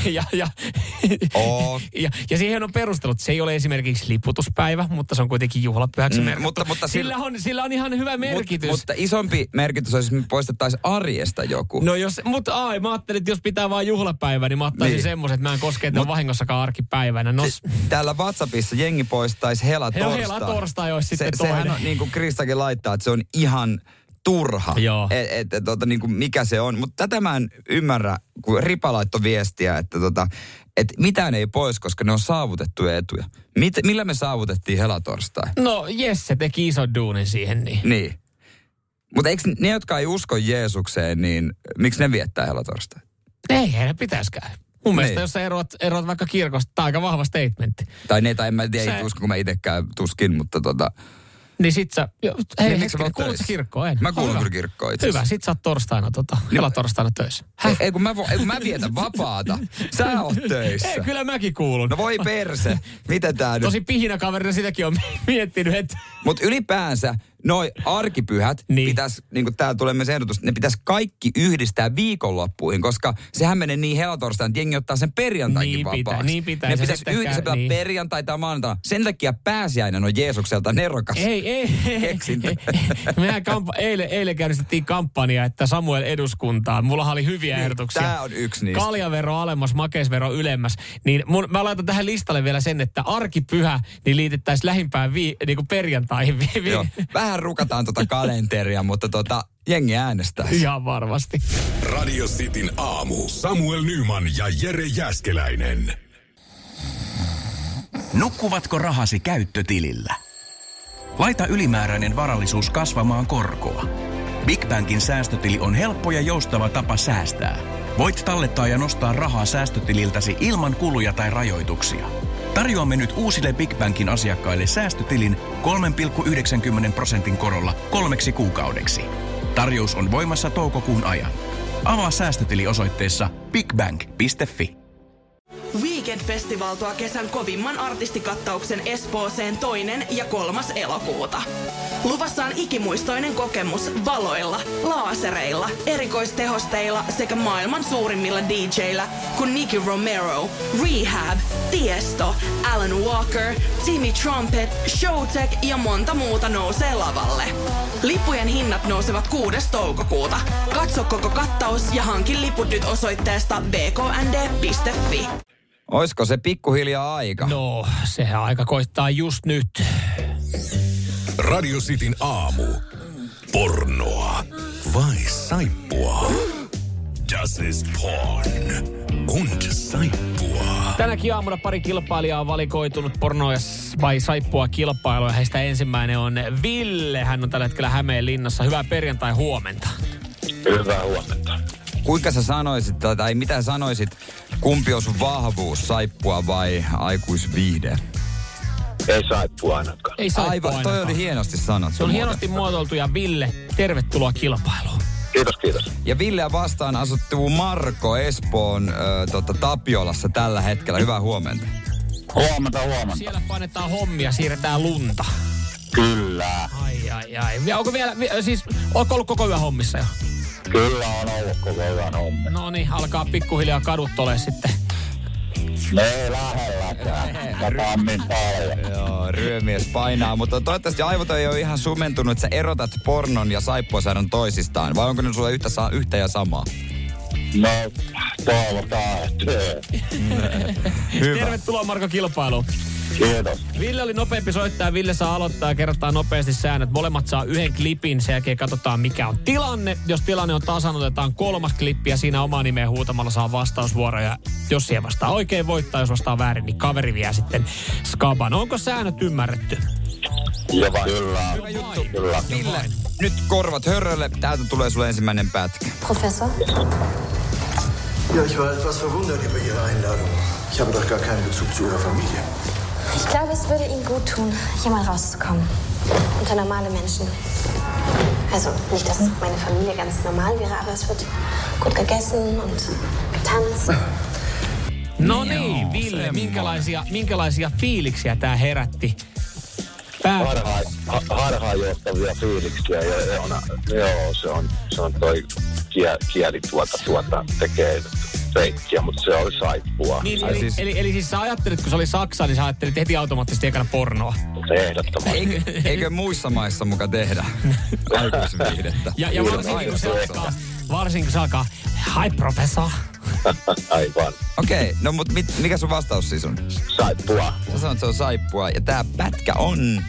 Ja siihen on perustelut. Se ei ole esimerkiksi liputuspäivä, mutta se on kuitenkin juhlapyhäksi merkitty. Mutta sillä on ihan hyvä merkitys. Mutta isompi merkitys olisi, että me poistettaisiin arjesta joku. No mä ajattelin, että jos pitää vaan juhlapäivä, niin mä ottaisin semmoisen, että mä en koske, että on vahingossakaan arkipäivänä. Täällä WhatsAppissa jengi poistaisi helatorstai. Helatorstai olisi sitten toinen. Sehän on, niin kuin Kristakin laittaa, että se on ihan turha. Joo. Niin kuin mikä se on. Mutta tätä mä en ymmärrä, kun Ripa laittoi viestiä, että mitään ei pois, koska ne on saavutettuja etuja. Millä me saavutettiin helatorstai? No Jesse teki ison duunin siihen. Niin. Mutta eikö ne, jotka ei usko Jeesukseen, niin miksi ne viettää helatorstai? Ei ne pitäiskään. Mun mielestä, jos sä eroat vaikka kirkosta, tämä on aika vahva statementti. Tai en mä tiedä, ei usko, kun mä itsekään tuskin, mutta Niin sit sä, hei, kuulutko kirkkoon? Mä kuulun kyllä kirkkoon itse asiassa. Hyvä, sit sä oot torstaina, helatorstaina töissä. Ei kun mä vietän vapaata. Sä oot töissä. Ei, kyllä mäkin kuulun. No voi perse. Mitä tää nyt? Tosi pihinäkaverina sitäkin on miettinyt, että... Mut ylipäänsä noi arkipyhät pitäisi, niin kuin täällä tulee myös ehdotus, ne pitäisi kaikki yhdistää viikonloppuihin, koska sehän menee niin helatorstaina, että jengi ottaa sen perjantainkin vapaaksi. Niin pitäisi. Ne pitäisi yhdistää perjantai tai maanantaina. Sen takia pääsiäinen on Jeesukselta nerokas. Ei. keksintö. Mehän eilen käynnistettiin kampanja, että Samuel eduskuntaan. Mullahan oli hyviä ehdotuksia. Tää on yksi niistä. Kaljavero alemmas, makeisvero ylemmäs. Niin mä laitan tähän listalle vielä sen, että arkipyhä niin liitettäisiin lähimpään niin perjantaihin. Joo, vähän rukataan kalenteria, mutta jengi äänestää. Ihan varmasti. Radio Cityn aamu. Samuel Nyman ja Jere Jääskeläinen. Nukkuvatko rahasi käyttötilillä? Laita ylimääräinen varallisuus kasvamaan korkoa. Big Bankin säästötili on helppo ja joustava tapa säästää. Voit tallettaa ja nostaa rahaa säästötililtäsi ilman kuluja tai rajoituksia. Tarjoamme nyt uusille Big Bankin asiakkaille säästötilin 3,90% korolla 3 kuukaudeksi. Tarjous on voimassa toukokuun ajan. Avaa säästötili osoitteessa bigbank.fi. Weekend Festival tuo kesän kovimman artistikattauksen Espooseen 2. ja 3. elokuuta. Luvassa on ikimuistoinen kokemus valoilla, laasereilla, erikoistehosteilla sekä maailman suurimmilla DJillä kuin Nicky Romero, Rehab, Tiesto, Alan Walker, Timmy Trumpet, Showtek ja monta muuta nousee lavalle. Lippujen hinnat nousevat 6. toukokuuta. Katso koko kattaus ja hankin liput nyt osoitteesta bknd.fi. Oisko se pikkuhiljaa aika? No, sehän aika koittaa just nyt. Radio Cityn aamu. Pornoa vai saippua? Das ist porn und saippua. Tänäkin aamuna pari kilpailijaa on valikoitunut pornoa vai saippua kilpailua. Heistä ensimmäinen on Ville. Hän on tällä hetkellä Hämeenlinnassa. Hyvää perjantai huomenta. Hyvää huomenta. Kuinka sä sanoisit, tai mitä sanoisit, kumpi on sun vahvuus, saippua vai aikuisviihde? Ei saippua ainakaan. Ei saippua ainakaan. Toi oli hienosti sanottu. Se on hienosti muotoiltu ja Ville, tervetuloa kilpailuun. Kiitos. Ja Villeä vastaan asuttuu Marko Espoon Tapiolassa tällä hetkellä. Hyvää huomenta. Huomenta. Siellä painetaan hommia, siirretään lunta. Kyllä. Ai. Ja onko vielä, siis, ootko ollut koko yön hommissa jo? Kyllä on ollut koko yön hommissa. No niin, alkaa pikkuhiljaa kadut ole sitten. Ne ei lähelläkään. Mä tammin paljon. Joo, ryömies painaa, mutta toivottavasti aivot ei ole ihan sumentunut, että sä erotat pornon ja saippuasäädön toisistaan. Vai onko ne sulle yhtä ja samaa? No, toivotaan, että Hyvä. Tervetuloa Marko kilpailuun. Kiitos. Ville oli nopeampi soittaja. Ville saa aloittaa ja kerrotaan nopeasti säännöt. Molemmat saa yhden klipin. Sen jälkeen katsotaan mikä on tilanne. Jos tilanne on tasan, otetaan 3. klippi ja siinä oma nimeä huutamalla saa vastausvuoroja. Jos siihen vastaa oikein voittaa, jos vastaa väärin, niin kaveri vie sitten skaban. Onko säännöt ymmärretty? Joo, kyllä. Hyvä juttu. Kyllä. Ville, nyt korvat hörrölle. Täältä tulee sulle ensimmäinen pätkä. Professor? Ja, ich war etwas verwundert über Ihre Einladung. Ich habe doch gar keinen Bezug zu Ihrer Familie. Ich glaube, es würde Ihnen gut tun, hier mal rauszukommen. Unter normale Menschen. Also nicht, dass meine Familie ganz normal wäre, aber es wird gut gegessen und getanzt. No niin, Ville, minkälaisia fiiliksiä tää herätti? Harhaanjohtavia fiiliksiä. Joo, se on toi kieli tekee feikkiä, mutta se oli saippua. Niin, eli siis sä ajattelit, kun se oli Saksa, niin sä ajattelit heti automaattisesti ekana pornoa. Ehdottomasti. Eikö muissa maissa muka tehdä aikuisviihdettä? Ja varsinkin kun se alkaa, hi professor. Aivan. Okei, no mut mikä sun vastaus siis on? Saippua. Sä sanot, että se on saippua ja tää pätkä on...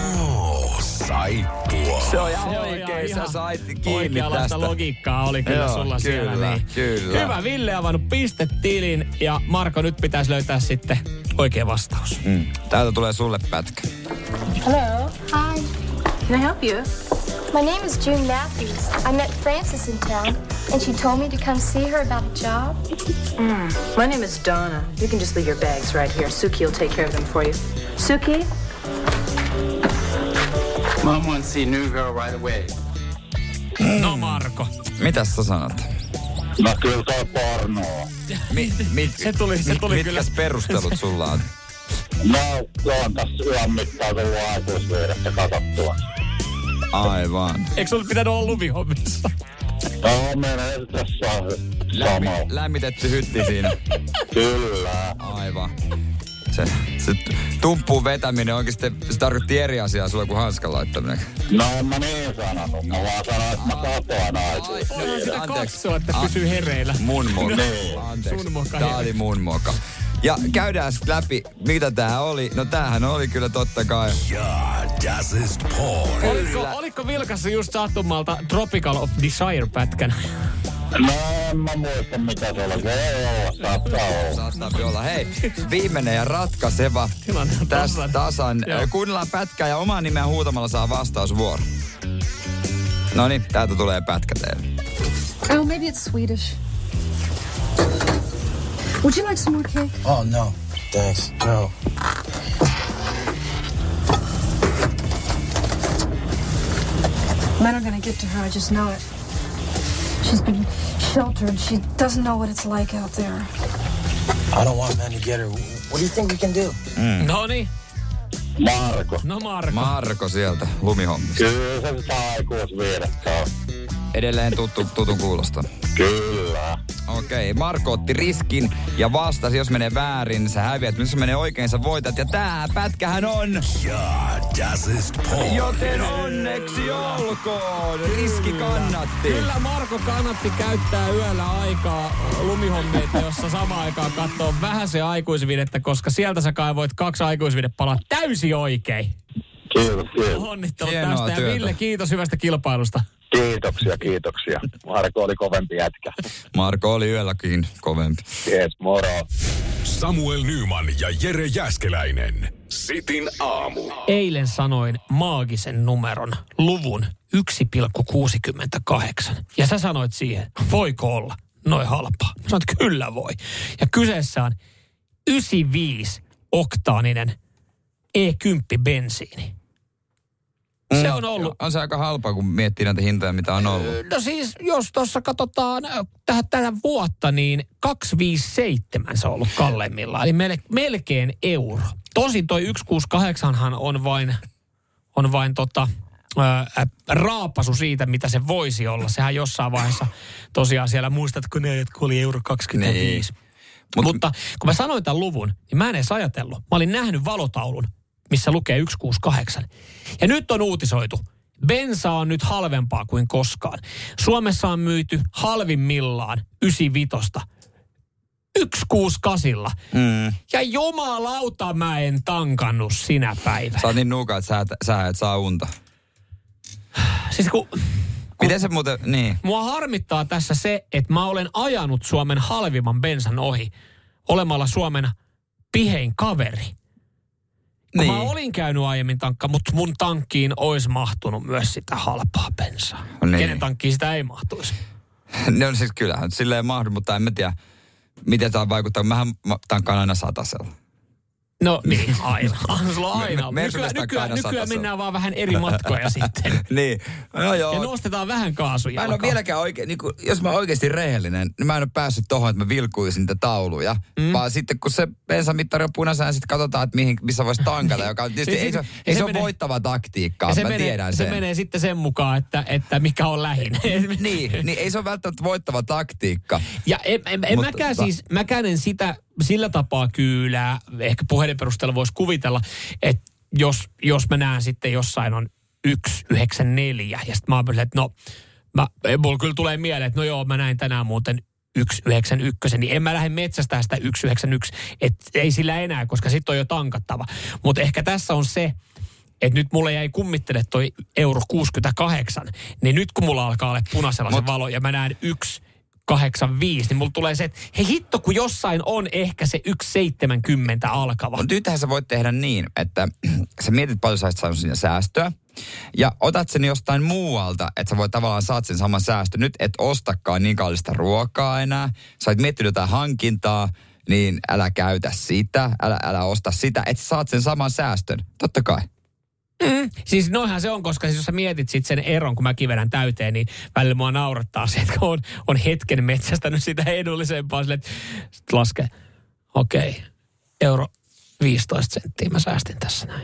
Saippua. Se on ihan oikein, sä sait kiinni oikeanlaista tästä. Logiikkaa oli kyllä sulla siellä. Niin. Kyllä. Hyvä, Ville avannut pistetilin ja Marko, nyt pitäisi löytää sitten oikea vastaus. Täältä tulee sulle pätkä. Hello. Hi. Can I help you? My name is June Matthews. I met Frances in town, and she told me to come see her about a job. My name is Donna. You can just leave your bags right here. Suki will take care of them for you. Suki? Mom wants to see new girl right away. No Marko. Mitäs sä sanot? No kyllä se on pornoa. Se tuli kyllä. Mitkäs perustelut sulla on? No, on tässä yön mittaan tullut aikuisviidettä katsottua. Aivan. Eikö sulla pitänyt olla lumihommissa? No, meidän tässä on sama. Lämmitetty hytti siinä. Kyllä. Aivan. Se tumppuun vetäminen oikeasti, se tarkoitti eri asiaa sulle kuin hanskan laittaminen. No en mä niin sanonut. Mä vaan sanoin, että mä katoan aikuisviidettä. Sitä katsoo, että pysyy hereillä. Mun moka. Anteeksi. Tää oli mun moka. Ja käydään läpi, mitä tää oli. No tämähän oli kyllä totta kai. Ja, das ist porn. Oliko Vilkassa just sattumalta Tropical of Desire-pätkän? No en mä muista mitä se oli. Voi olla, saattaa olla. Hei, viimeinen ja ratkaiseva tässä tasan. Kuunnellaan pätkää ja omaa nimeä huutamalla saa vastausvuoro. Noniin, täältä tulee pätkä teille. Oh, maybe it's Swedish. Would you like some more cake? Oh, no. Thanks. No. Men are gonna get to her, I just know it. She's been sheltered. She doesn't know what it's like out there. I don't want men to get her. What do you think we can do? Noniin. Marko. No Marko. Marko sieltä lumihommista. Kyllä se sitä aikuisviidettä on. Edelleen tutun kuulosta. Kyllä. Okei, Marko otti riskin ja vastasi, jos menee väärin, sä häviät. Jos menee oikein, sä voitat. Ja tää pätkähän on... Ja, das ist porn. Joten onneksi olkoon. Riski kannatti. Kyllä Marko kannatti käyttää yöllä aikaa lumihommeita, jossa samaan aikaan katsoo vähän se aikuisviidettä, koska sieltä sä kaivoit 2 aikuisviidepalaa täysin oikein. Kiitos. Onnittelut tästä. Ja Ville, kiitos hyvästä kilpailusta. Kiitoksia. Marko oli kovempi jätkä. Marko oli yölläkin kovempi. Yes, moro. Samuel Nyman ja Jere Jääskeläinen. Sitin aamu. Eilen sanoin maagisen numeron, luvun 1,68. Ja sä sanoit siihen, voiko olla noin halpaa? Mä sanoin, että kyllä voi. Ja kyseessä on 95-oktaaninen E10-bensiini. Se on ollut... On se aika halpaa, kun miettii näitä hintoja, mitä on ollut. No siis, jos tuossa katsotaan tätä vuotta, niin 257 se on ollut kalleimmillaan. Eli melkein euro. Tosin toi 168han on vain raapasu siitä, mitä se voisi olla. Sehän jossain vaiheessa tosiaan siellä, muistatko ne, että kun oli euro 25. Niin. Mutta kun mä sanoin tämän luvun, niin mä en edes ajatellut. Mä olin nähnyt valotaulun, missä lukee 168. Ja nyt on uutisoitu. Bensa on nyt halvempaa kuin koskaan. Suomessa on myyty halvimmillaan 95 168. Ja jumalauta mä en tankannut sinä päivänä. Sä oot niin nuuka, että sä et saa unta. Siis miten se muuten, niin. Mua harmittaa tässä se, että mä olen ajanut Suomen halvimman bensan ohi olemalla Suomen pihein kaveri. Niin. Mä olin käynyt aiemmin mutta mun tankkiin olisi mahtunut myös sitä halpaa bensaa. Niin. Kenen tankkiin sitä ei mahtuisi? No siis kyllähän silleen mahdu, mutta en mä tiedä, miten tämä vaikuttaa. Mähän tankkaan aina 100. No niin, aina. Sulla on aina. Nykyään mennään vaan vähän eri matkoja sitten. Niin. No joo. Ja nostetaan vähän kaasuja. Mä en ole vieläkään oikein, niin jos mä oon oikeasti rehellinen, niin mä en ole päässyt tohon, että mä vilkuisin niitä tauluja. Vaan sitten kun se bensamittari on punaisena, niin sitten katsotaan, että missä voisi tankata. Joka tietysti ei se ole voittava taktiikkaa, mä tiedän sen. Se menee sitten sen mukaan, että mikä on lähin. niin, ei se ole välttämättä voittava taktiikka. Ja mäkään en sitä sillä tapaa kyylää, ehkä puheiden perusteella voisi kuvitella, että jos mä näen sitten jossain on 194 ja sitten mä oon että mulla kyllä tulee mieleen, että no joo, mä näin tänään muuten 191, niin en mä lähde metsästään sitä 191, että ei sillä enää, koska sitten on jo tankattava. Mutta ehkä tässä on se, että nyt mulle jäi kummittele toi euro 68, niin nyt kun mulla alkaa olla punaisella se valo ja mä näen 185, niin mulla tulee se, että hei hitto, kun jossain on ehkä se 170 alkava. Mutta nythän sä voit tehdä niin, että sä mietit paljon sä olisit saanut siinä säästöä ja otat sen jostain muualta, että sä voit tavallaan saat sen saman säästön. Nyt et ostakaan niin kallista ruokaa enää. Sä oot miettinyt jotain hankintaa, niin älä käytä sitä, älä osta sitä, että saat sen saman säästön. Totta kai. Siis noinhan se on, koska siis jos sä mietit sit sen eron, kun mäkin vedän täyteen, niin välillä mua naurattaa se, että on hetken metsästänyt sitä edullisempaa. Sille, että laske, okei, euro 15 senttiä mä säästin tässä näin.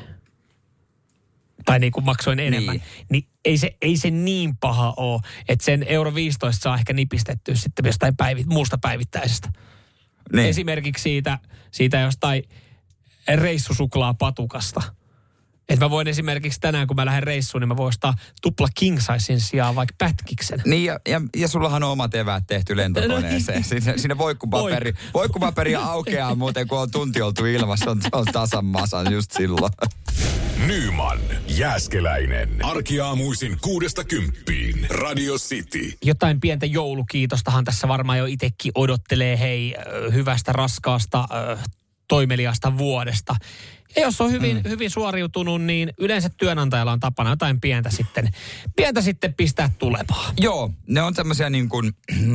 Tai niin kuin maksoin enemmän. Niin ei se niin paha ole, että sen euro 15 saa ehkä nipistettyä sitten jostain muusta päivittäisestä. Niin. Esimerkiksi siitä jostain reissusuklaapatukasta. Että mä voin esimerkiksi tänään, kun mä lähden reissuun, niin mä voin ostaa tupla king sizein sijaan vaikka pätkiksen. Niin, ja sullahan on omat eväät tehty lentokoneeseen. Siinä voikkupaperi aukeaa muuten, kun on tunti oltu ilmassa. On tasan masan just silloin. Nyman, Jääskeläinen. Arkiaamuisin 6–10. Radio City. Jotain pientä joulukiitostahan tässä varmaan jo itsekin odottelee. Hei, hyvästä, raskaasta, toimeliasta vuodesta. Ja jos on hyvin suoriutunut, niin yleensä työnantajalla on tapana jotain pientä sitten pistää tulemaan. Joo, ne on semmoisia niin kuin,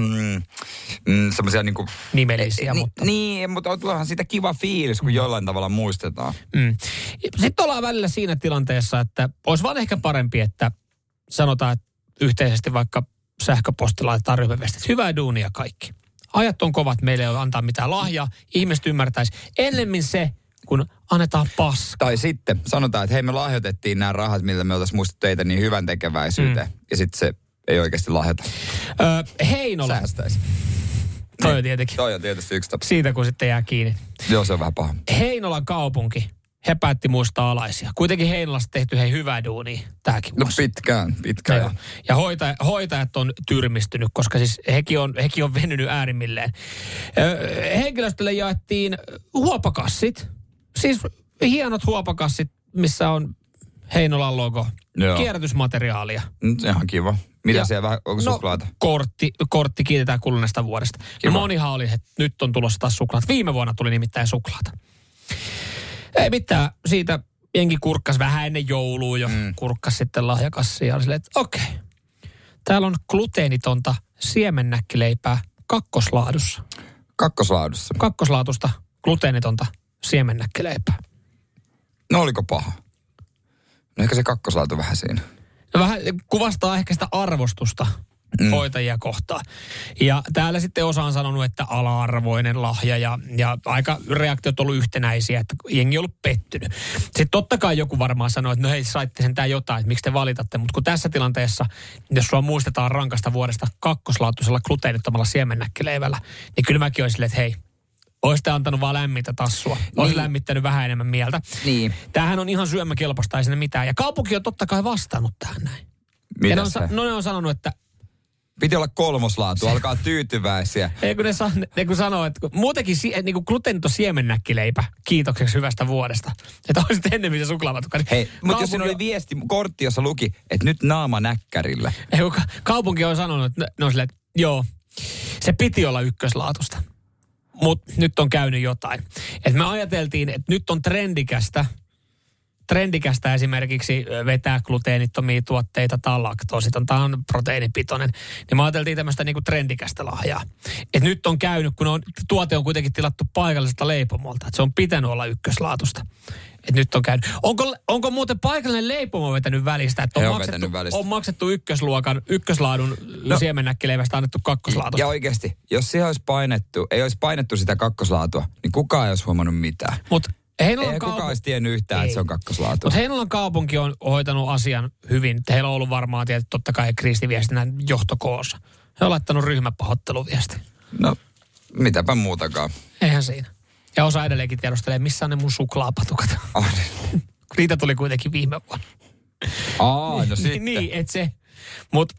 nimellisiä, mutta. Niin, mutta tuleehan siitä kiva fiilis, kun jollain tavalla muistetaan. Sitten ollaan välillä siinä tilanteessa, että olisi vaan ehkä parempi, että sanotaan, että yhteisesti vaikka sähköpostilla laitetaan ryhmäviestit. Hyvää duunia kaikki. Ajat on kovat, meille ei ole antaa mitään lahjaa. Ihmiset ymmärtäisi ennemmin se, kun annetaan paskaa. Tai sitten sanotaan, että hei, me lahjoitettiin nämä rahat, millä me oltaisiin muistettu teitä niin hyvän tekeväisyyteen. Ja sitten se ei oikeasti lahjota. Heinola. Säästäisi. Toi on tietenkin. Toi on tietysti yksi tapa. Siitä kun sitten jää kiinni. Joo, se on vähän paha. Heinolan kaupunki. He päätti muistaa alaisia. Kuitenkin Heinolasta tehty hyvää duunia tämäkin vuosi. No pitkään. Ja hoitajat on tyrmistynyt, koska siis hekin on venynyt äärimmilleen. Henkilöstölle jaettiin huopakassit. Siis hienot huopakassit, missä on Heinolan logo. Joo. Kierrätysmateriaalia. Ihan kiva. Mitä siellä vähän, onko suklaata? Kortti kiitetään kuluneesta vuodesta. Ja monihan oli, että nyt on tulossa taas suklaata. Viime vuonna tuli nimittäin suklaata. Ei mitään. Siitä jengi kurkkas vähän ennen joulua jo. Kurkkas sitten lahjakassia ja oli silleen, että okei. Täällä on gluteenitonta siemennäkkileipää kakkoslaadussa. Kakkoslaadusta gluteenitonta siemennäkkileipää. No oliko paha? No ehkä se kakkoslaatu vähän siinä. No vähän kuvastaa ehkä sitä arvostusta hoitajia kohtaan. Ja täällä sitten osa on sanonut, että ala-arvoinen lahja ja aika reaktiot on ollut yhtenäisiä, että jengi on ollut pettynyt. Sitten totta kai joku varmaan sanoo, että no hei, saitte sentään jotain, että miksi te valitatte. Mutta kun tässä tilanteessa, jos sua muistetaan rankasta vuodesta kakkoslaatuisella gluteenittomalla siemennäkkileivällä, niin kyllä mäkin olisin silleen, että hei, olisitte antanut vaan lämmintä tassua. Olisi lämmittänyt vähän enemmän mieltä. Niin. Tämähän on ihan syömäkelpoista, ei sinne mitään. Ja kaupunki on totta kai vastannut tähän näin. Mitä se? Ne on sanonut, että piti olla kolmoslaatu, alkaa tyytyväisiä. Ei kun sanoo, että muutenkin niin gluteeniton siemennäkkileipä kiitokseksi hyvästä vuodesta. Että olisit ennemmin se suklaamatukka. Hei, mutta jos siinä oli kortti, jossa luki, että nyt naama näkkärillä. Kaupunki on sanonut, että ne on silleen, että joo, se piti olla ykköslaatusta. Mutta nyt on käynyt jotain. Et me ajateltiin, että nyt on trendikästä trendikästä esimerkiksi vetää gluteenittomia tuotteita tai laktoositon, tämä on proteiinipitoinen, niin me ajateltiin tämmöistä niinku trendikästä lahjaa. Et nyt on käynyt, kun tuote on kuitenkin tilattu paikalliselta leipomolta, että se on pitänyt olla ykköslaatusta. Et nyt on käynyt. Onko muuten paikallinen leipomo vetänyt välistä, että on maksettu ykköslaadun siemennäkkileivästä annettu kakkoslaatusta? Ja oikeasti, jos siihen ei olisi painettu sitä kakkoslaatua, niin kukaan ei olisi huomannut mitään. Ei kukaan olisi tiennyt yhtään, että se on kakkoslaatu. Mutta Heinolan kaupunki on hoitanut asian hyvin. Heillä on ollut varmaan tietysti totta kai kriisiviestinnän johtokoossa. He on laittanut ryhmäpahoitteluviesti. No, mitäpä muutakaan. Eihän siinä. Ja osa edelleenkin tiedostelee, missä on ne mun suklaapatukat. Niitä tuli kuitenkin viime vuonna. No sitten. Niin, et se. Mut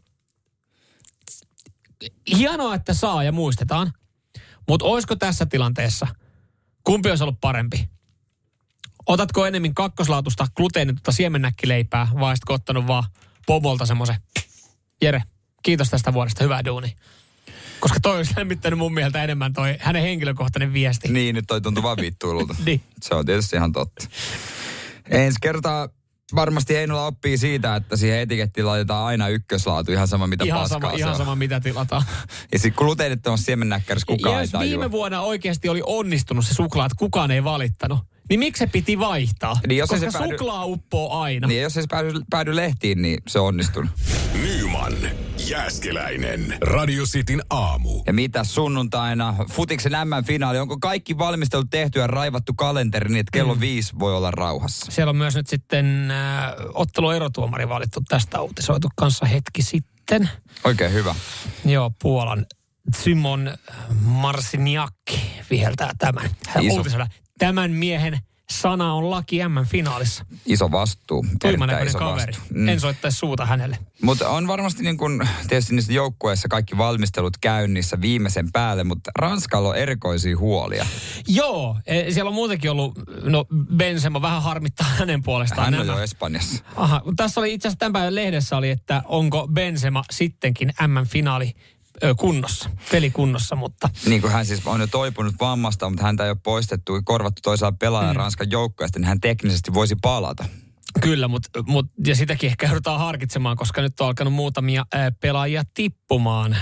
hienoa, että saa ja muistetaan. Mutta olisiko tässä tilanteessa, kumpi olisi ollut parempi? Otatko enemmän kakkoslaatusta gluteenitonta siemennäkkileipää vai olisitko ottanut vaan pomolta semmoisen? Jere, kiitos tästä vuodesta, hyvää duunia. Koska toi olisi lämmittänyt mun mieltä enemmän toi hänen henkilökohtainen viesti. Niin, nyt toi tuntuu vaan vittuilulta. Niin. Se on tietysti ihan totta. Ensi kertaa varmasti Heinola oppii siitä, että siihen etikettiin laitetaan aina ykköslaatu, ihan sama mitä paskaa se on. Ihan sama mitä tilataan. Ja sitten gluteenittomassa siemennäkkärissä kukaan ei tajua. Jos viime vuonna oikeasti oli onnistunut se suklaa, että kukaan ei valittanut, niin miksi se piti vaihtaa? Niin, koska suklaa uppoo aina. Niin, jos se päädy lehtiin, niin se on onnistunut. Nyman, Jääskeläinen, Radio Cityn aamu. Ja mitä sunnuntaina? Futiksen M-finaali. Onko kaikki valmistelut tehty ja raivattu kalenteri niin, että kello 5 voi olla rauhassa? Siellä on myös nyt sitten otteluerotuomari valittu. Tästä uutisoitu kanssa hetki sitten. Oikein hyvä. Joo, Puolan Szymon Marciniak viheltää tämän. Uutisoida. Tämän miehen sana on laki M-finaalissa. Iso vastuu. Tuimanäköinen kaveri. En soittaisi suuta hänelle. Mutta on varmasti niin kuin tietysti niissä joukkueissa kaikki valmistelut käynnissä viimeisen päälle, mutta Ranskalla on erikoisia huolia. Joo, siellä on muutenkin ollut, Benzema vähän harmittaa hänen puolestaan. Hän on jo Espanjassa. Aha, tässä oli itse asiassa tämän päivän lehdessä oli, että onko Benzema sittenkin M-finaali kunnossa, pelikunnossa, mutta... Niin kuin hän siis on jo toipunut vammasta, mutta häntä ei ole poistettu, korvattu toisaalta pelaajan Ranskan joukkueesta, niin hän teknisesti voisi palata. Kyllä, ja sitäkin ehkä joudutaan harkitsemaan, koska nyt on alkanut muutamia pelaajia tippumaan.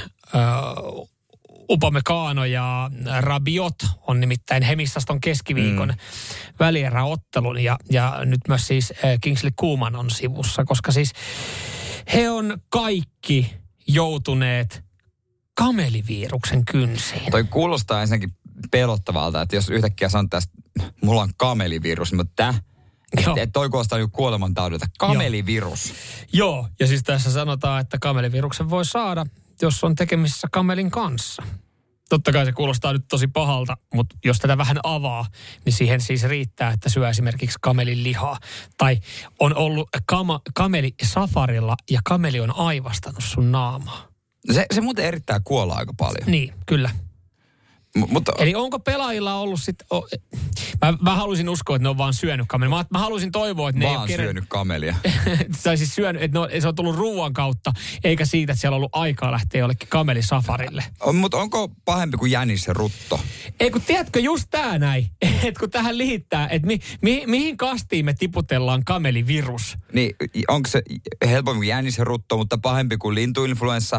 Upamecano ja Rabiot on nimittäin Hemissaston keskiviikon välieräottelun ja nyt myös siis Kingsley Coman on sivussa, koska siis he on kaikki joutuneet kameliviruksen kynsiin. Toi kuulostaa ensinnäkin pelottavalta, että jos yhtäkkiä sanotaan, että mulla on kamelivirus, mutta toi kuulostaa niin kuolemantaudilta. Kamelivirus. Joo, ja siis tässä sanotaan, että kameliviruksen voi saada, jos on tekemisissä kamelin kanssa. Totta kai se kuulostaa nyt tosi pahalta, mutta jos tätä vähän avaa, niin siihen siis riittää, että syö esimerkiksi kamelin lihaa. Tai on ollut kameli safarilla ja kameli on aivastanut sun naamaa. Se muuten erittää kuolla aika paljon. Niin, kyllä. Mutta... Eli onko pelaajilla ollut sitten... Mä haluaisin uskoa, että ne on vaan syönyt kamelia. Mä haluaisin toivoa, että ne ei ole syönyt kamelia. Tai siis syönyt, että se on tullut ruuan kautta, eikä siitä, että siellä on ollut aikaa lähteä jollekin kamelisafarille. Mutta onko pahempi kuin jänis ja rutto? Ei kun tiedätkö just tää näin, että kun tähän liittää, että mihin kastiin me tiputellaan kamelivirus? Niin, onko se helpompi kuin jänis ja rutto, mutta pahempi kuin lintuinfluenssa?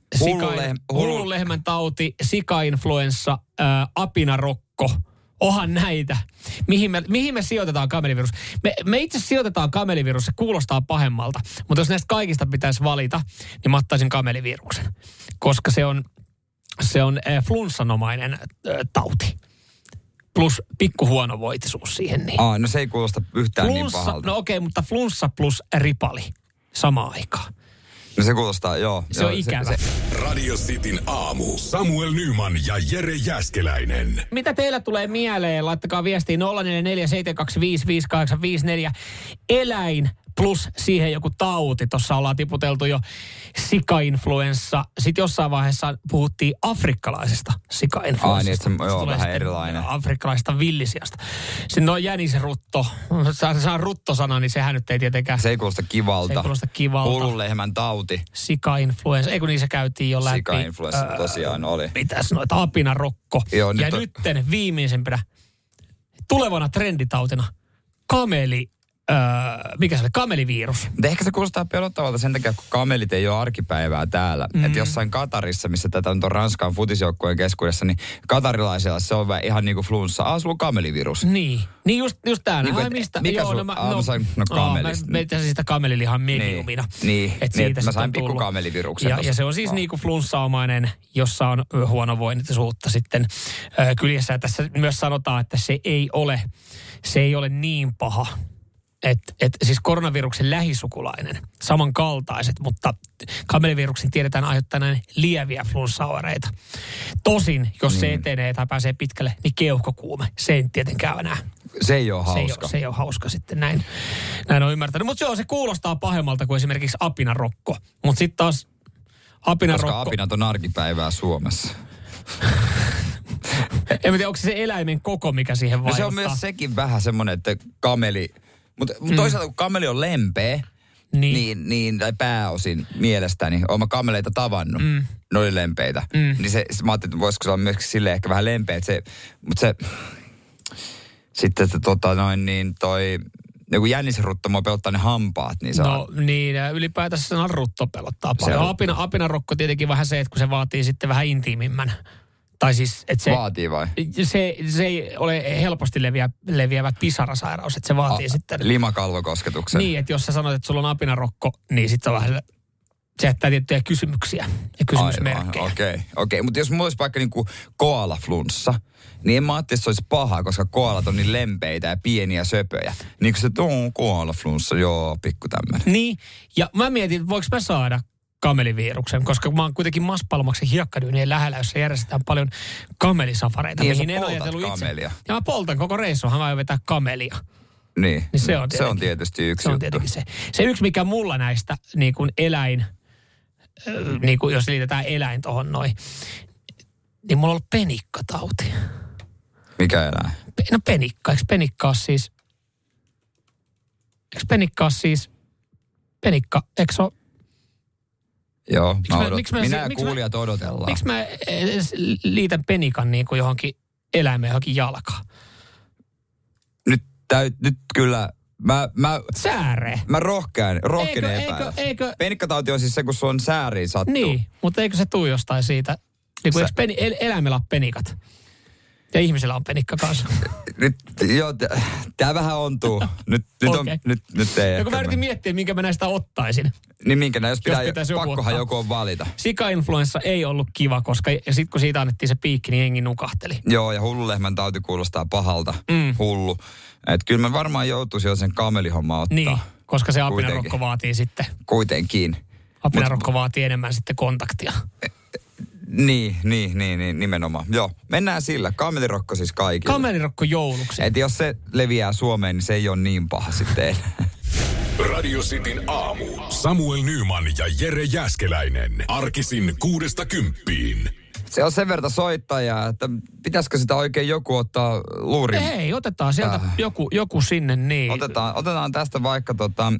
Hullun lehmän tauti, sikainfluenssa, apinarokko. Ohan näitä. Mihin me sijoitetaan kamelivirus? Me itse sijoitetaan kamelivirus, se kuulostaa pahemmalta. Mutta jos näistä kaikista pitäisi valita, niin mä ottaisin kameliviruksen. Koska se on flunssanomainen tauti. Plus pikkuhuonovoitisuus siihen. Niin. No se ei kuulosta yhtään niin pahalta. No okei, mutta flunssa plus ripali samaan aikaan. No se kuulostaa, joo. Se on ikävä. Radio Cityn aamu. Samuel Nyman ja Jere Jääskeläinen. Mitä teillä tulee mieleen? Laittakaa viestiin 0447255854. Eläin plus siihen joku tauti. Tuossa ollaan tiputeltu jo sikainfluenssa. Sitten jossain vaiheessa puhuttiin afrikkalaisesta sikainfluenssasta. Niin, joo, vähän erilainen. Afrikkalaisesta villisiasta. Sitten on jänisrutto. Se on ruttosana, niin sehän nyt ei tietenkään... Se ei kuulosta kivalta. Hullun lehmän tauti. Sikainfluenssa. Eikö niin se käytiin jo läpi? Sikainfluenssa tosiaan oli. Mitäs noita apinarokko. Joo, ja nytten viimeisempänä tulevana trenditautina kameli mikä se oli, kamelivirus. Ehkä se kuulostaa pelottavalta sen takia, kun kamelit ei ole arkipäivää täällä. Että jossain Katarissa, missä tätä on Ranskan futisjoukkueen keskuudessa, niin katarilaisilla se on ihan niin kuin flunssa. Sulla on kamelivirus. Niin just tää. Niin kuin, mistä? Mikä joo, kamelista. Mä itse sitä kamelilihan mediumina. Niin, että mä sain pikku kameliviruksen. Ja se on siis niin kuin flunssaomainen, jossa on huonovoinnisuutta sitten kyljessä. Ja tässä myös sanotaan, että se ei ole niin paha. Että siis koronaviruksen lähisukulainen, samankaltaiset, mutta kameliviruksen tiedetään aiheuttaneen lieviä flunssaoireita. Tosin, jos se etenee tai pääsee pitkälle, niin keuhkokuume, se ei tietenkään enää. Se ei ole hauska. Se ei ole hauska sitten, näin on ymmärtänyt. Mutta joo, se kuulostaa pahemmalta kuin esimerkiksi apinarokko. Mutta sitten taas apinarokko... Koska apinat on arkipäivää Suomessa. En tiedä, onko se eläimen koko, mikä siihen vaikuttaa. No se on myös sekin vähän semmoinen, että kameli... Mutta toisaalta kun kameli on lempeä, niin tai pääosin mielestäni, oon mä kameleita tavannut, ne oli lempeitä. Niin se, mä ajattelin, että voisiko se olla myös silleen ehkä vähän lempeä, mutta se, sitten joku jännisrutto mua pelottaa ne hampaat, niin se on... niin, ylipäätänsä rutto pelottaa paljon. Apinarokko tietenkin vähän se, että kun se vaatii sitten vähän intiimimmän. Tai siis, että se... Vaatii vai? Se ei ole helposti leviävä pisarasairaus, että se vaatii sitten... Limakalvokosketuksen. Niin, että jos sä sanoit, että sulla on apinarokko, niin sitten se on vähän... Se jättää tiettyjä kysymyksiä ja kysymysmerkkejä. Okei. Mutta jos mulla olisi vaikka niinku koala-flunssa, niin en mä ajattelisi, että se olisi paha, koska koalat on niin lempeitä ja pieniä söpöjä. Niin kun se koala-flunssa, joo, pikku tämmöinen. Niin, ja mä mietin, voiko mä saada kameliviruksen, koska mä oon kuitenkin Maspalmaksen hiekkadyynien lähellä, jossa järjestetään paljon kamelisafareita, niin, mihin en ajatellut itse. kamelia. Ja mä poltan koko reissuhan, mä aion vetää kamelia. Niin se on tietysti yksi juttu. Tietenkin se yksi, mikä mulla näistä niin kuin eläin, niin kuin jos liitetään eläin tohon noin, niin mulla on ollut penikkatauti. Mikä eläin? No penikka, eikö penikka eikö ole? Joo, minä ja kuulijat odotellaan. Miksi mä liitän penikan niin kuin johonkin eläimeen, johonkin jalkaan? Nyt kyllä, Sääree. Mä rohkenen epäillä. Eikö? Penikkatauti on siis se, kun sulla sääriin sattuu. Niin, mutta eikö se tuu jostain siitä? Niin kuin eläimellä on penikat? Ja ihmisellä on penikka kanssa. Nyt, joo, tää vähän ontuu. Nyt ei. Ja kun mä yritin miettiä, minkä mä näistä ottaisin. Niin minkä jos pakkohan joku on valita. Sika-influenssa ei ollut kiva, koska sit kun siitä annettiin se piikki, niin jengi nukahteli. Joo, ja hullulehmän tauti kuulostaa pahalta. Hullu. Että kyllä mä varmaan joutuisin jo sen kamelihommaa ottaa. Niin, koska se apinarokko vaatii sitten. Kuitenkin. Apinarokko vaatii enemmän sitten kontaktia. Niin, nimenomaan. Joo, mennään sillä. Kamelirokko siis kaikille. Kamelirokko jouluksi. Et jos se leviää Suomeen, niin se ei ole niin paha sitten. Radio Cityn aamu. Samuel Nyman ja Jere Jääskeläinen. Arkisin 6–10. Se on sen verran soittajaa, että pitäisikö sitä oikein joku ottaa luurin? Ei, otetaan sieltä joku sinne niin. Otetaan tästä vaikka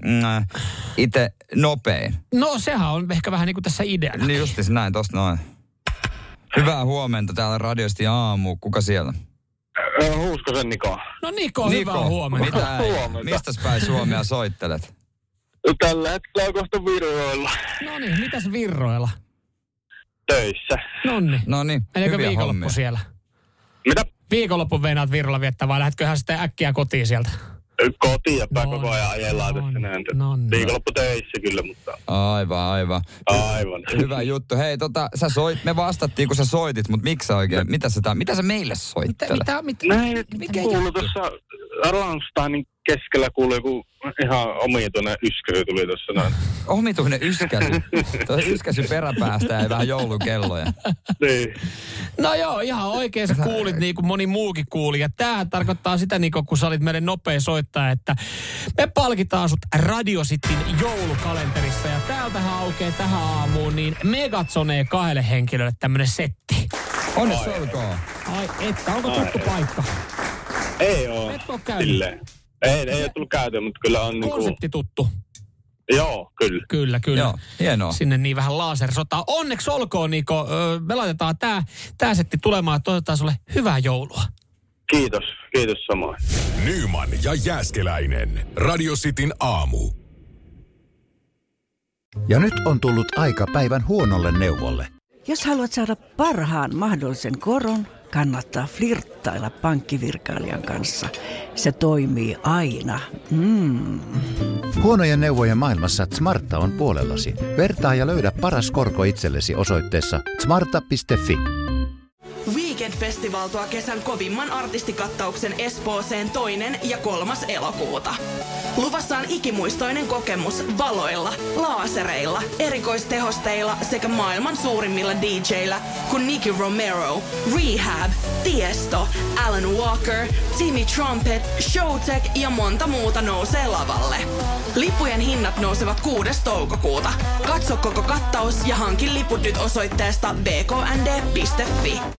itse nopein. No sehän on ehkä vähän niin kuin tässä ideana. Niin justiin näin, tosta noin. Hyvää huomenta täällä Radio Cityn aamu. Kuka siellä? Huuskosen Niko. No Niko, hyvää huomenta. Mistäs päin Suomea soittelet? Tällä hetkellä on kohta Virroilla. No niin, mitäs Virroilla? Töissä. Noniin. Meneekö viikonloppu siellä? Mitä? Viikonloppu veinaat Virrolla viettää vai lähdetköhän sitten äkkiä kotiin sieltä? Kotiin ja koko ajan ajellaan tässä näin. Viikonloppu töissä kyllä, mutta... Aivan. Hyvä juttu. Hei, me vastattiin, kun sä soitit, mutta miksi sä oikein? Mitä sä meille soittelet? Näin, kuului tuossa Rammsteinin keskellä kuului joku ihan omituinen yskäsy tuli tuossa näin. Omituinen yskäsy? Tuo yskäsy peräpäästä ja vähän joulukelloja. Niin. No joo, ihan oikein sä kuulit niin kuin moni muukin kuuli. Ja tää tarkoittaa sitä, Niko, kun sä olit meidän nopea soittaja, että me palkitaan sut Radio Cityn joulukalenterissa. Ja täältähän aukeaa tähän aamuun niin Megazoneen 2 henkilölle tämmönen setti. Onneksi olkoon. Ai että, onko tuttu paikka? Ei oo. Et oo käynyt? Silleen. Ei ole tullut käytyä, mutta kyllä on konsepti tuttu. Joo, kyllä. Kyllä. Joo, hienoa. Sinne niin vähän lasersotaa. Onneksi olkoon, Niko. Me laitetaan tää setti tulemaan, että toivotaan sulle hyvää joulua. Kiitos Kiitos samoin. Nyman ja Jääskeläinen. Radio Cityn aamu. Ja nyt on tullut aika päivän huonolle neuvolle. Jos haluat saada parhaan mahdollisen koron, kannattaa flirttailla pankkivirkailijan kanssa. Se toimii aina. Huonojen neuvojen maailmassa Smarta on puolellasi. Vertaa ja löydä paras korko itsellesi osoitteessa smarta.fi. Weekend-festival tuo kesän kovimman artistikattauksen Espooseen 2. ja 3. elokuuta. Luvassa on ikimuistoinen kokemus valoilla, laasereilla, erikoistehosteilla sekä maailman suurimmilla DJillä kuin Nicky Romero, Rehab, Tiesto, Alan Walker, Timmy Trumpet, Showtek ja monta muuta nousee lavalle. Lippujen hinnat nousevat 6. toukokuuta. Katso koko kattaus ja hankin liput nyt osoitteesta bknd.fi.